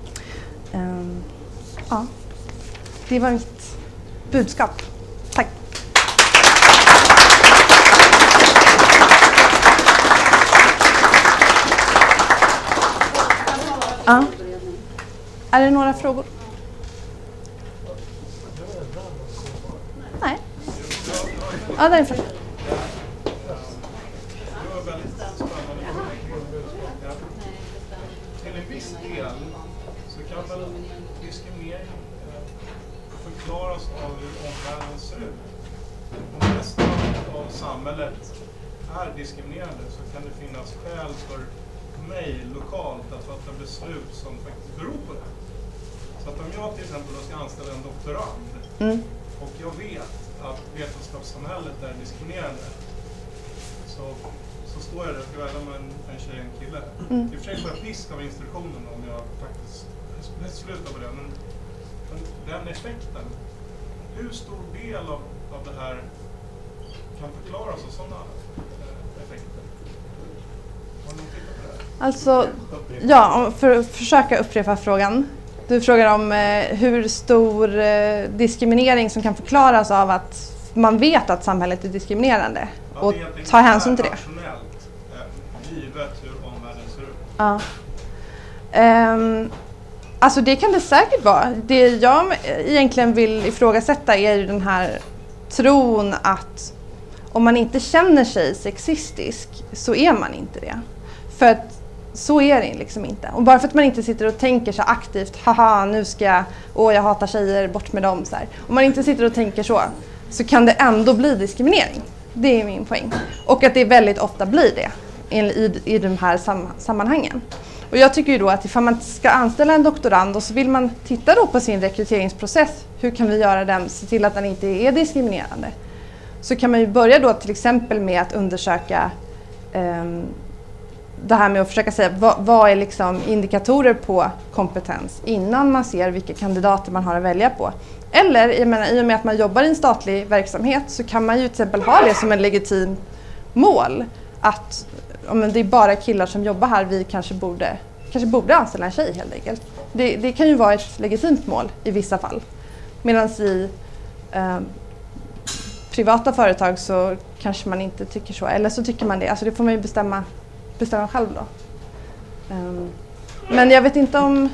Ja, det var mitt budskap. Tack. Ja. Är det några frågor? Nej. Ja, därifrån. Till en viss del så kan väl diskriminering förklaras av hur omvärlden ser ut. Om resten av samhället är diskriminerande så kan det finnas skäl för mig lokalt att fatta beslut som faktiskt beror på det. Så att om jag till exempel ska anställa en doktorand och jag vet att vetenskapssamhället är diskriminerande, så står jag där och ska välja med en tjej och en kille. I och för sig får jag pisk av instruktionen om jag faktiskt slutar på det. Men den effekten, hur stor del av det här kan förklaras av sådana effekter? Har någon tittat på det här? Alltså, ja, för att försöka upprepa frågan. Du frågar om hur stor diskriminering som kan förklaras av att man vet att samhället är diskriminerande och ta hänsyn till det. Givet hur omvärlden ser ut. Ja. Alltså det kan det säkert vara. Det jag egentligen vill ifrågasätta är ju den här tron att om man inte känner sig sexistisk så är man inte det. För att så är det liksom inte. Och bara för att man inte sitter och tänker så aktivt, haha nu ska jag hatar tjejer, bort med dem så här. Om man inte sitter och tänker så kan det ändå bli diskriminering. Det är min poäng. Och att det väldigt ofta blir det i de här sammanhangen. Och jag tycker ju då att ifall man ska anställa en doktorand och så vill man titta då på sin rekryteringsprocess, hur kan vi göra den, se till att den inte är diskriminerande. Så kan man ju börja då till exempel med att undersöka det här med att försöka säga vad är liksom indikatorer på kompetens innan man ser vilka kandidater man har att välja på. Eller jag menar, i och med att man jobbar i en statlig verksamhet så kan man ju till exempel ha det som en legitim mål. Att om det är bara killar som jobbar här, vi kanske borde anställa en tjej helt enkelt. Det kan ju vara ett legitimt mål i vissa fall. Medan i privata företag så kanske man inte tycker så. Eller så tycker man det. Alltså det får man ju bestämma själv då. Men jag vet inte om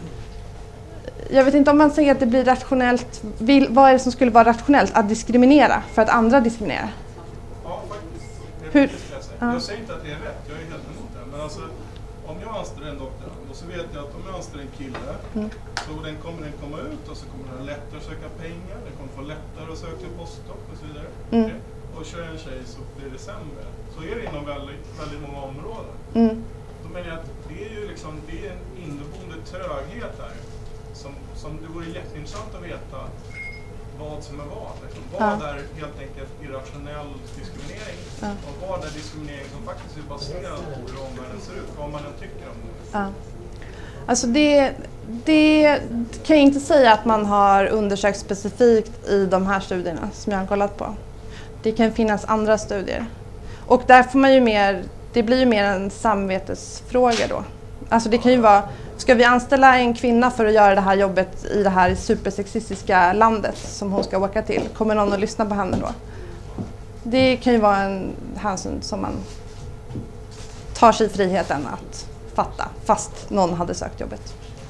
man säger att det blir rationellt. Vad är det som skulle vara rationellt? Att diskriminera för att andra diskriminerar? Ja, faktiskt. Hur? Jag säger inte att det är rätt, jag är helt emot det. Men alltså, om jag anställer en doktorand och så vet jag att om jag anställer en kille så kommer den komma ut och så kommer den lättare att söka pengar, den kommer få lättare att söka postdoc och så vidare. Okay? Och kör jag en tjej så blir det sämre. Så är det inom väldigt många områden. Då menar jag att det är ju liksom, det är en inneboende tröghet där. Som det vore jätteintressant att veta vad som är vad. Liksom. Vad är helt enkelt irrationell diskriminering och vad är diskriminering som faktiskt är baserad på hur omvärlden ser ut, vad man än tycker om det. Alltså det kan jag inte säga att man har undersökt specifikt i de här studierna som jag har kollat på. Det kan finnas andra studier. Och där får man ju det blir ju mer en samvetesfråga då. Alltså det kan ju vara, ska vi anställa en kvinna för att göra det här jobbet i det här supersexistiska landet som hon ska åka till? Kommer någon att lyssna på henne då? Det kan ju vara en hänsyn som man tar sig friheten att fatta, fast någon hade sökt jobbet.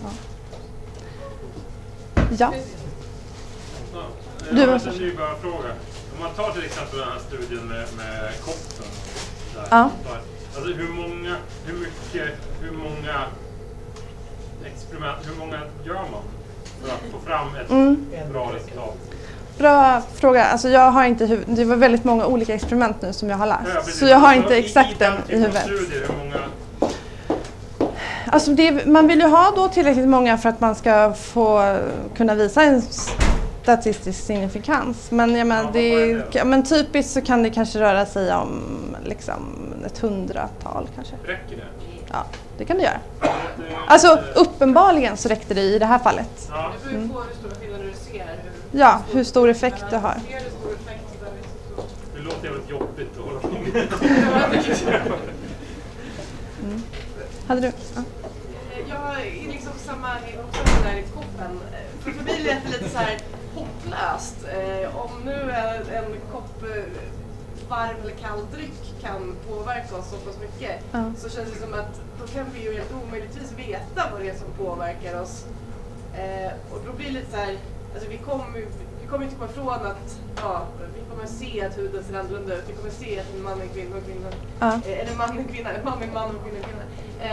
Ja. Jag har en nybörjarfråga. Om man tar till exempel den här studien med koppen. Där, alltså hur många experiment, hur många gör man för att få fram ett bra resultat? Bra fråga. Alltså jag har inte det var väldigt många olika experiment nu som jag har läst. Så jag har inte exakt den i huvudet. Studier, hur många... Alltså man vill ju ha då tillräckligt många för att man ska få kunna visa en statistisk signifikans. Men jag menar, men typiskt så kan det kanske röra sig om liksom ett 100-tal kanske. Räcker det? Ja, det kan det göra. Alltså uppenbarligen så räckte det i det här fallet. Ja. Det beror på hur stora skillnader du ser. Ja, hur stor effekt det har. Det låter jävligt jobbigt att hålla på med. Hade du? Ja. Jag är liksom samma också där i koppen. För mig lät det lite så här hopplöst. Om nu en kopp varm eller kall dryck kan påverka oss så pass mycket så känns det som att då kan vi ju helt omöjligtvis veta vad det är som påverkar oss. Och då blir det lite så här, alltså vi kommer inte komma ifrån att vi kommer se att huden ser annorlunda ut. Vi kommer se att en man är en kvinna och kvinna. Eller man är en kvinna, en man är en man och kvinna är en kvinna.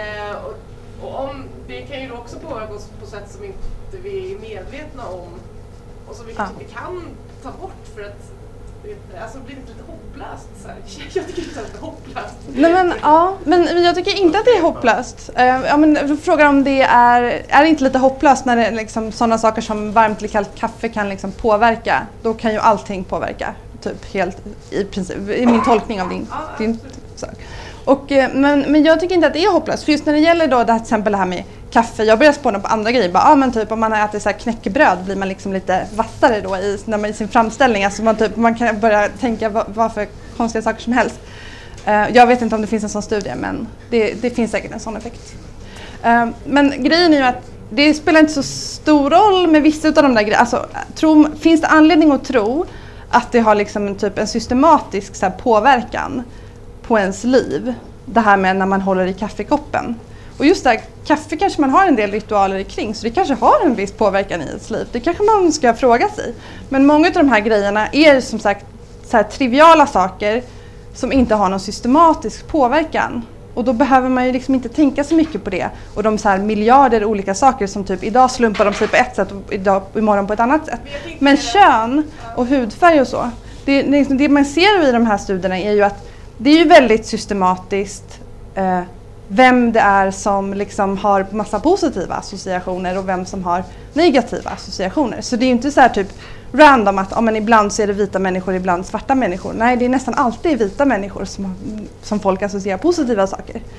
Och om det kan ju då också påverka oss på sätt som inte vi är medvetna om och som vi kanske inte kan ta bort för att alltså blir det lite hopplöst så här. Jag tycker inte att det är hopplöst. Nej, men jag tycker inte att det är hopplöst. Men du frågar om det är det inte lite hopplöst när det liksom sådana saker som varmt eller kallt kaffe kan liksom påverka. Då kan ju allting påverka typ helt i princip i min tolkning av din sak. Och men jag tycker inte att det är hopplöst. För just när det gäller då det här, till exempel det här med kaffe. Jag börjar spåna på andra grejer. Men typ om man har ätit så här knäckebröd blir man liksom lite vassare då när man i sin framställning. Alltså man kan börja tänka vad för konstiga saker som helst. Jag vet inte om det finns en sån studie, men det finns säkert en sån effekt. Men grejen är ju att det spelar inte så stor roll med vissa av de där grejerna. Alltså, finns det anledning att tro att det har liksom en systematisk så här, påverkan på ens liv? Det här med när man håller i kaffekoppen. Och just där, kaffe kanske man har en del ritualer kring, så det kanske har en viss påverkan i ens liv. Det kanske man ska fråga sig. Men många av de här grejerna är som sagt så här triviala saker som inte har någon systematisk påverkan. Och då behöver man ju liksom inte tänka så mycket på det. Och de så här miljarder olika saker som typ idag slumpar de sig på ett sätt och imorgon på ett annat sätt. Men kön och hudfärg och så, det man ser i de här studierna är ju att det är ju väldigt systematiskt vem det är som liksom har massa positiva associationer och vem som har negativa associationer. Så det är ju inte så här typ random att men ibland så är det vita människor, ibland svarta människor. Nej, det är nästan alltid vita människor som folk associerar positiva saker.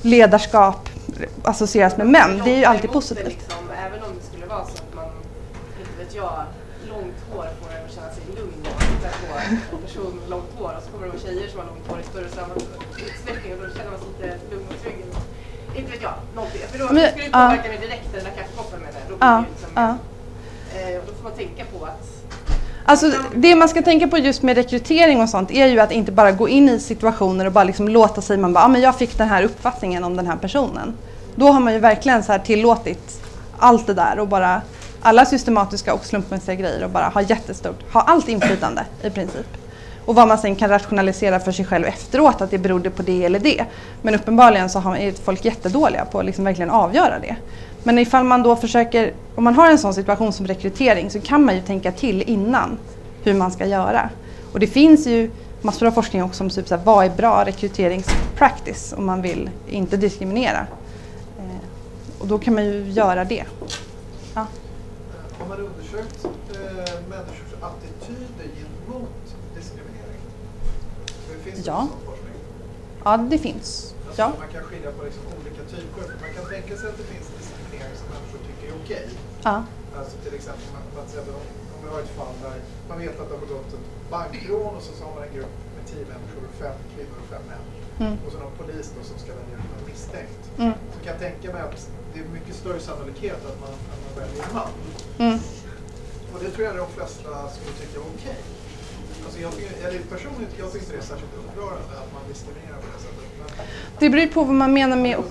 ledarskap associeras med män. Det är ju alltid positivt. Liksom, även om det skulle vara så att man, inte vet jag, långt hår får en att känna sig lugn när man tittar på en person med långt hår och så kommer det tjejer som har långt hår i större utsträckning och då känner man sig lite lugn och trygg. Inte vet jag, någonting. För då skulle det påverka mig direkt den där kaffekoppen med det. Då blir det liksom, och då får man tänka på att alltså det man ska tänka på just med rekrytering och sånt är ju att inte bara gå in i situationer och bara liksom låta sig, man bara, men jag fick den här uppfattningen om den här personen. Då har man ju verkligen så här tillåtit allt det där och bara alla systematiska och slumpmässiga grejer och bara ha allt inflytande i princip. Och vad man sen kan rationalisera för sig själv efteråt, att det berodde på det eller det. Men uppenbarligen så är folk jättedåliga på att liksom verkligen avgöra det. Men ifall man då försöker, om man har en sån situation som rekrytering så kan man ju tänka till innan hur man ska göra. Och det finns ju massor av forskning också om typ så här, vad är bra rekryteringspractice om man vill inte diskriminera. Och då kan man ju göra det. Ja. Har man undersökt människors attityder gentemot diskriminering? Finns det sån forskning? Ja, det finns. Alltså, man kan skilja på liksom olika typer. Man kan tänka sig att det finns diskriminering som människor tycker är okej. Ja. Alltså till exempel om vi har ett fall där man vet att det har begått ett bankrån och så har man en grupp med 10 människor, 5 kvinnor och 5 män. Och så någon polis då som ska välja ut någon misstänkt. Så kan jag tänka mig att det är mycket större sannolikhet att man väljer en man. Och det tror jag de flesta skulle tycka är okej. Alltså jag tycker inte det är särskilt upprörande att man diskriminerar på det sättet. Det beror på vad man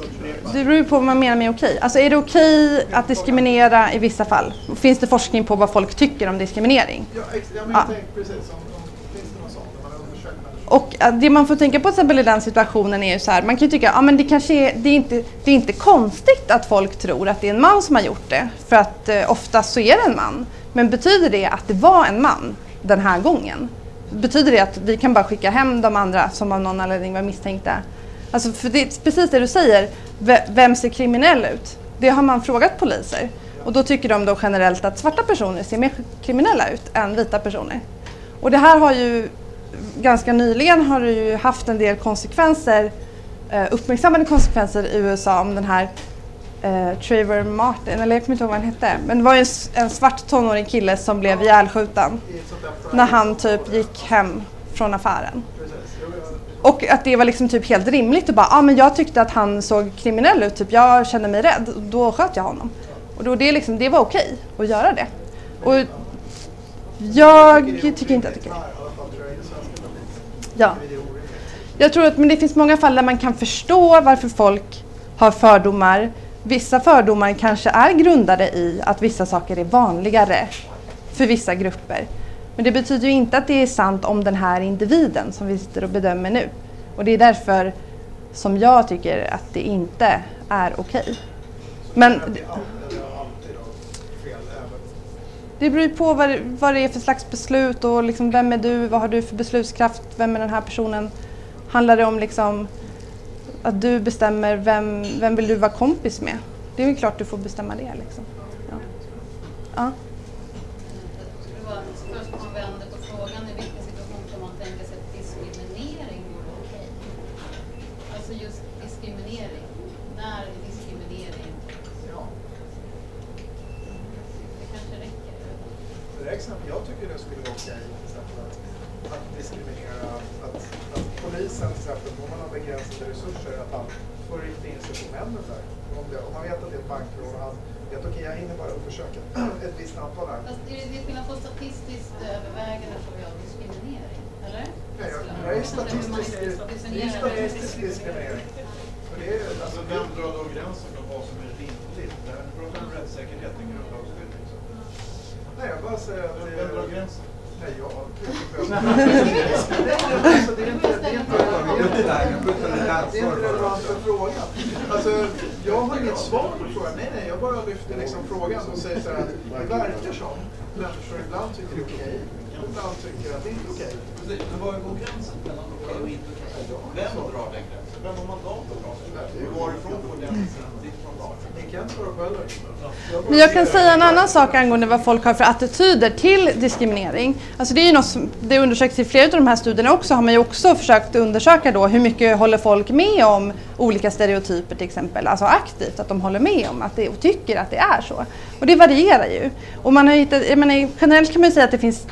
menar med okej. Alltså är det okej att diskriminera i vissa fall? Finns det forskning på vad folk tycker om diskriminering? Ja, jag tänkte precis om finns det något sånt när man undersöker människor. Och det man får tänka på till exempel i den situationen är ju så här, man kan ju tycka, men det är inte konstigt att folk tror att det är en man som har gjort det. För att oftast så är det en man. Men betyder det att det var en man den här gången? Betyder det att vi kan bara skicka hem de andra som av någon anledning var misstänkta? Alltså för det är precis det du säger, vem ser kriminell ut? Det har man frågat poliser. Och då tycker de då generellt att svarta personer ser mer kriminella ut än vita personer. Och det här har ju, ganska nyligen har det ju haft en del konsekvenser, uppmärksammade konsekvenser i USA om den här Trayvon Martin, eller jag kommer inte ihåg vad han hette. Men det var ju en svart tonårig kille som blev ihjälskjuten när han typ gick hem från affären. Och att det var liksom typ helt rimligt och bara, men jag tyckte att han såg kriminell ut, typ jag kände mig rädd och då sköt jag honom. Och då det var okej att göra det. Och jag tycker inte att det är okej. Ja. Jag tror att men det finns många fall där man kan förstå varför folk har fördomar. Vissa fördomar kanske är grundade i att vissa saker är vanligare för vissa grupper. Men det betyder ju inte att det är sant om den här individen som vi sitter och bedömer nu. Och det är därför som jag tycker att det inte är okej. Men det beror ju på vad det är för slags beslut och liksom vem är du, vad har du för beslutskraft, vem är den här personen. Handlar det om liksom att du bestämmer vem vill du vara kompis med? Det är ju klart du får bestämma det liksom. Ja. Ja. Först man vänder på frågan i vilken situation kan man tänka sig att diskriminering vore okej? Alltså just diskriminering. När är diskriminering? Ja. Det kanske räcker. För exempel, jag tycker det skulle vara okej till exempel att diskriminera att polisen till exempel, om man har begränsade resurser, att han får rikta in sig på männen där. Om man vet att det är ett bankrån och han vet okej, jag hinner bara undersöka ett visst antal här. Fast det är skillnad på statistiskt övervägande tror jag diskriminering, eller? Nej, jag är statistisk diskriminering. Alltså vem drar då gränsen för vad som är rimligt? Det här pratar om rättssäkerhet i grundlagsbildning. Nej, jag bara säger att vem drar gränsen? Nej, jag Det är inte relevant för frågan. Alltså, jag har inget svar på frågan. Nej, jag bara lyfter liksom frågan och säger så här att det verkar som människor ibland tycker det är okej, ibland tycker att det inte är okej. Precis, men vad går gränsen mellan okej och inte okej? Vem drar den gränsen? Vem har mandat att dra den gränsen? Varifrån får den ditt mandat? Men jag kan säga en annan sak angående vad folk har för attityder till diskriminering. Alltså det är ju något som det undersöks i flera av de här studierna också. Har man ju också försökt undersöka då hur mycket håller folk med om olika stereotyper till exempel. Alltså aktivt att de håller med om att det och tycker att det är så. Och det varierar ju. Och man har hittat, jag menar, generellt kan man ju säga att det finns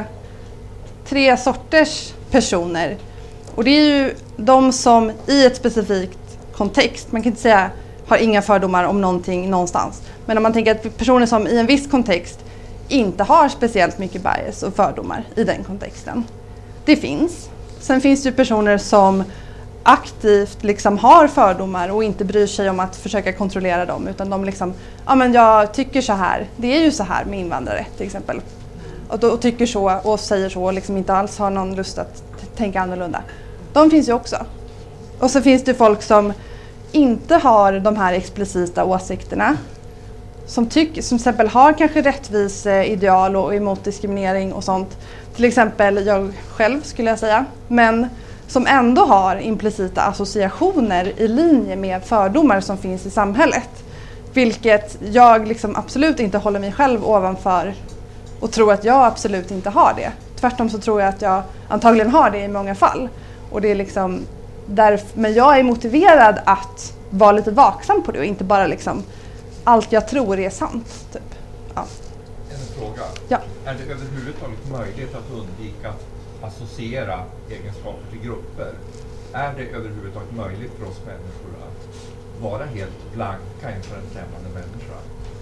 tre sorters personer. Och det är ju de som i ett specifikt kontext, man kan inte säga har inga fördomar om någonting någonstans. Men om man tänker att personer som i en viss kontext inte har speciellt mycket bias och fördomar i den kontexten. Det finns. Sen finns det ju personer som aktivt liksom har fördomar och inte bryr sig om att försöka kontrollera dem. Utan de liksom, ja men jag tycker så här, det är ju så här med invandrare till exempel. Och tycker så och säger så och liksom inte alls har någon lust att tänka annorlunda. De finns ju också. Och så finns det folk som inte har de här explicita åsikterna. Som till exempel har kanske rättviseideal och emot diskriminering och sånt. Till exempel jag själv skulle jag säga. Men som ändå har implicita associationer i linje med fördomar som finns i samhället. Vilket jag liksom absolut inte håller mig själv ovanför och tror att jag absolut inte har det. Tvärtom så tror jag att jag antagligen har det i många fall. Och det är liksom men jag är motiverad att vara lite vaksam på det och inte bara liksom allt jag tror är sant. Typ. Ja. En fråga. Ja. Är det överhuvudtaget möjligt att undvika att associera egenskaper till grupper? Är det överhuvudtaget möjligt för oss människor att vara helt blanka inför en främmande människa?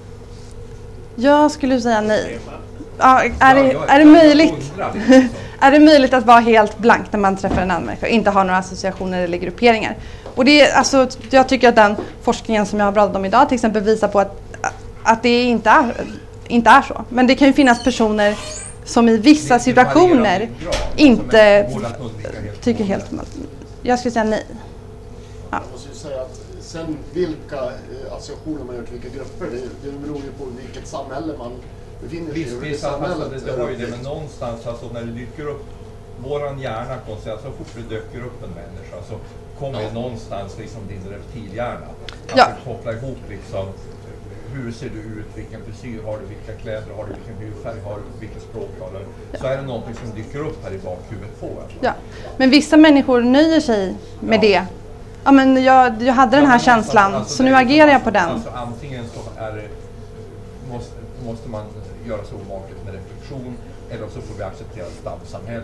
Jag skulle säga nej. Ja, är det möjligt? Är det möjligt att vara helt blank när man träffar en annan människa och inte ha några associationer eller grupperingar? Och det är, alltså, jag tycker att den forskningen som jag har pratat om idag till exempel visar på att det inte är så. Men det kan ju finnas personer som i vissa situationer inte tycker helt... Jag skulle säga nej. Ja. Jag måste ju säga att sen vilka associationer man gör till vilka grupper, det beror ju på vilket samhälle man befinner sig i. Visst, alltså, det har ju det, men någonstans alltså, när det dyker upp, våran hjärna konstaterar, så fort det dyker upp en människa så kommer någonstans liksom din reptilhjärna att koppla ihop liksom, hur ser du ut, vilken frisyr har du, vilka kläder har du, vilken hudfärg har du, vilket språk har du. Så är det någonting som dyker upp här i bakhuvudet på en. Ja, men vissa människor nöjer sig med det. Ja, men jag hade den här känslan, alltså, så nu agerar jag på den. Alltså, antingen så måste man göra så omakligt med reflektion, eller så får vi acceptera ett stamsamhälle.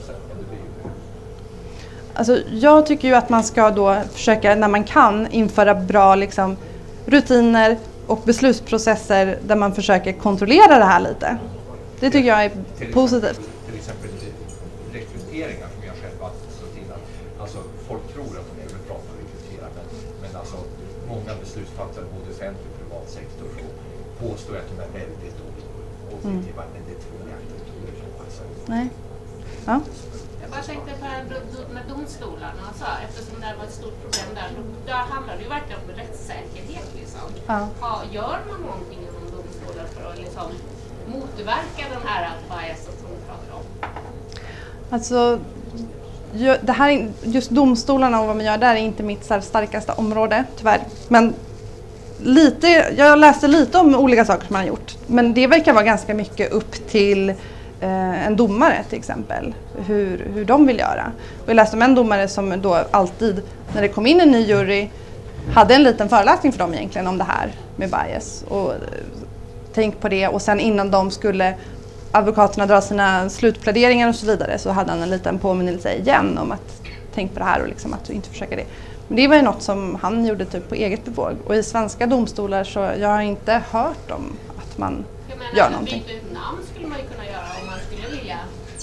Alltså, jag tycker ju att man ska då försöka, när man kan, införa bra liksom, rutiner och beslutsprocesser där man försöker kontrollera det här lite. Det tycker jag är positivt. Till exempel rekryteringar som jag själv har så till att alltså, folk tror att de är bra på att rekrytera, men alltså, många beslutsfattare både offentlig och privat sektor påstår att de är väldigt objektiva, men det tror jag inte. Alltså. Nej. Ja. Jag bara tänkte på med domstolarna, alltså, eftersom det här var ett stort problem där handlar det ju verkligen om rättssäkerhet. Liksom. Ja. Gör man någonting inom domstolar för att liksom, motverka den här biasen som vi pratar om? Alltså, det här, just domstolarna och vad man gör där är inte mitt starkaste område, tyvärr. Men jag läste lite om olika saker som man har gjort. Men det verkar vara ganska mycket upp till en domare till exempel, hur de vill göra. Och jag läste om en domare som då alltid, när det kom in en ny jury, hade en liten föreläsning för dem egentligen om det här med bias. Och tänk på det. Och sen innan de skulle advokaterna dra sina slutpläderingar och så vidare, så hade han en liten påminnelse igen om att tänk på det här och liksom att inte försöka det. Men det var ju något som han gjorde typ på eget bevåg. Och i svenska domstolar så jag har inte hört om att man gör någonting. Byta ut namn skulle man ju kunna göra om man skulle vilja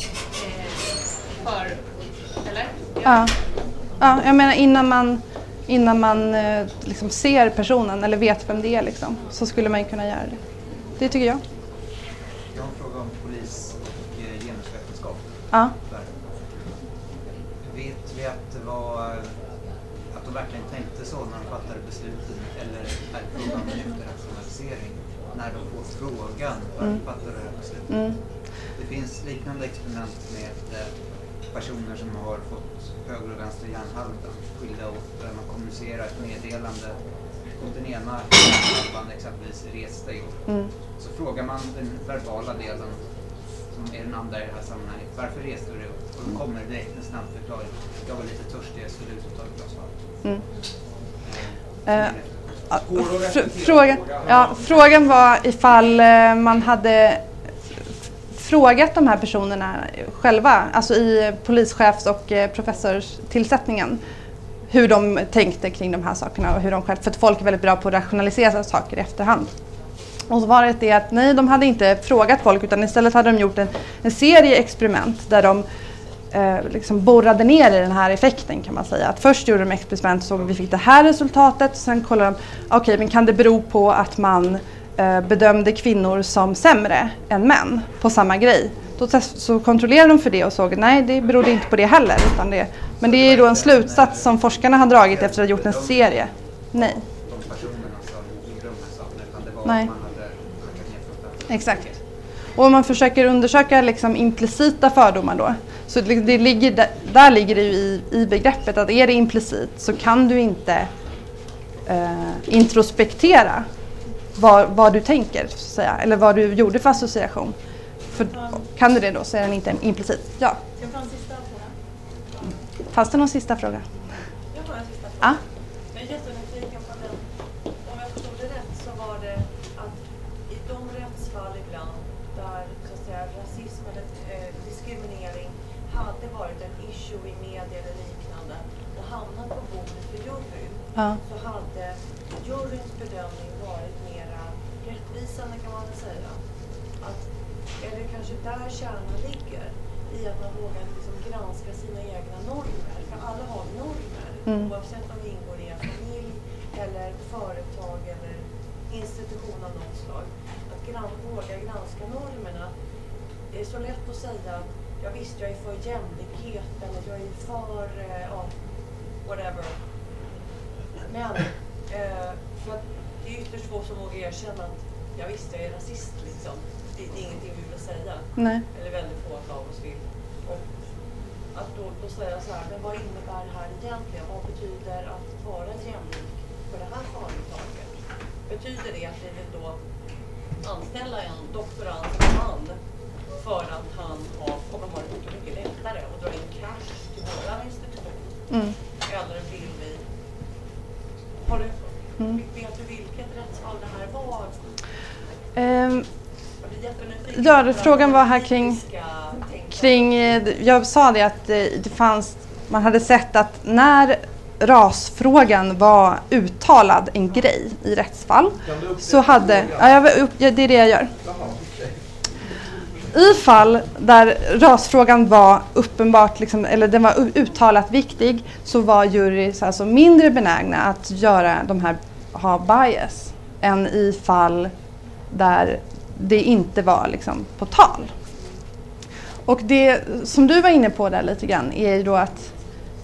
eller? Ja, jag menar innan man liksom ser personen eller vet vem det är liksom, så skulle man ju kunna göra det. Det tycker jag. Jag har en fråga om polis och genusvetenskap. Ja. Vet vi att det var att de verkligen tänkte så när de fattade besluten, eller är frågan om efterrationalisering när de får frågan varför fattar det här beslutet? Det finns liknande experiment med personer som har fått höger och vänster hjärnhalva skilda åt, där man kommunicerar ett meddelande och den ena halvan exempelvis reste upp. Så frågar man den verbala delen, som är den andra i det här sammanhanget, varför reste du upp? Och då kommer direkt en snabb förklaring. Jag var lite törstig, jag skulle ut och ta ett glas vatten. Frågan var ifall man hade frågat de här personerna själva, alltså i polischefs- och professorstillsättningen, hur de tänkte kring de här sakerna och hur de själv, för att folk är väldigt bra på att rationalisera saker i efterhand. Och svaret är att nej, de hade inte frågat folk, utan istället hade de gjort en serie experiment där de liksom borrade ner i den här effekten, kan man säga. Att först gjorde de experiment, så vi fick det här resultatet, sen kollade de, okej, men kan det bero på att man bedömde kvinnor som sämre än män på samma grej? Så kontrollerade de för det och såg att nej, det berodde inte på det heller. Men det är då en slutsats som forskarna har dragit efter att ha gjort en serie. Nej. Nej. Exakt. Och om man försöker undersöka liksom implicita fördomar då, så det ligger, där ligger det ju i begreppet att är det implicit så kan du inte introspektera vad du tänker, så att säga, eller vad du gjorde för association. För kan du det då så är den inte implicit. Ja. Jag får en sista fråga. Fanns det någon sista fråga? Jag har en sista fråga. Ja. Jag är jättenyfiken på den. Om jag förstod det rätt så var det att i de rättsfall ibland där så att säga, rasism eller diskriminering hade varit en issue i media eller liknande och hamnat på bordet för juryn, så hade juryns bedömning varit mera rättvisande, kan man väl säga. Eller kanske där kärnan ligger i att man vågar liksom granska sina egna normer. För alla har normer, oavsett om vi ingår i en familj eller företag eller institution av något slag. Att våga granska normerna. Det är så lätt att säga att jag visst, jag är för jämlikhet eller jag är för whatever. Men för att det är ytterst få som vågar erkänna att jag visst, jag är rasist liksom. Det är ingenting vi vill säga. Nej. Eller väldigt få av oss vill. Och att då säga så här, men vad innebär det här egentligen? Vad betyder att vara jämlik för det här företaget? Betyder det att vi vill då anställa en doktorand som man för att han kommer ha det mycket lättare och dra in cash till våra institution? Eller vill vi... Vet du vilket rättsfall det här var? Ja, frågan var här kring jag sa det att det fanns, man hade sett att när rasfrågan var uttalad en grej i rättsfall så hade, det är det jag gör. I fall där rasfrågan var uppenbart, liksom, eller den var uttalat viktig, så var jurys alltså mindre benägna att göra ha bias än i fall där det inte var liksom på tal. Och det som du var inne på där lite grann är ju då att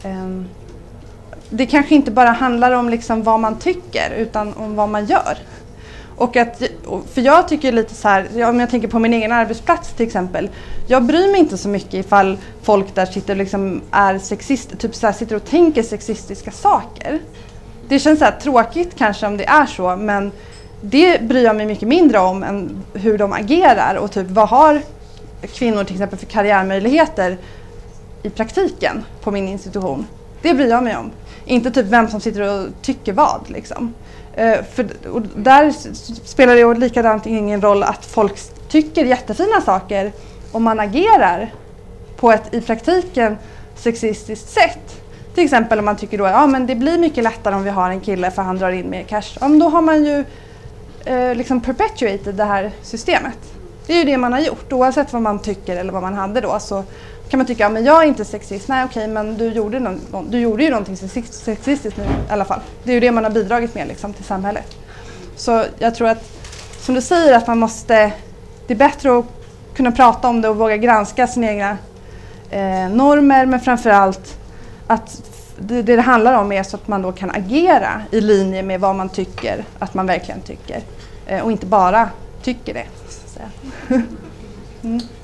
det kanske inte bara handlar om liksom vad man tycker utan om vad man gör. För jag tycker lite så här, om jag tänker på min egen arbetsplats till exempel, jag bryr mig inte så mycket ifall folk där sitter liksom är sexist, typ så här, sitter och tänker sexistiska saker. Det känns så här tråkigt kanske om det är så, men det bryr jag mig mycket mindre om än hur de agerar och typ vad har kvinnor till exempel för karriärmöjligheter i praktiken på min institution. Det bryr jag mig om. Inte typ vem som sitter och tycker vad liksom. Och där spelar det likadant ingen roll att folk tycker jättefina saker om man agerar på ett i praktiken sexistiskt sätt. Till exempel om man tycker då men det blir mycket lättare om vi har en kille för han drar in mer cash. Då har man ju liksom perpetuated det här systemet. Det är ju det man har gjort. Oavsett vad man tycker eller vad man hade då så kan man tycka men jag är inte sexist. Nej okej, men du gjorde ju någonting sexistiskt nu i alla fall. Det är ju det man har bidragit med liksom, till samhället. Så jag tror att som du säger att man måste, det är bättre att kunna prata om det och våga granska sina egna normer, men framförallt att det handlar om är så att man då kan agera i linje med vad man tycker att man verkligen tycker och inte bara tycker det. Så att säga.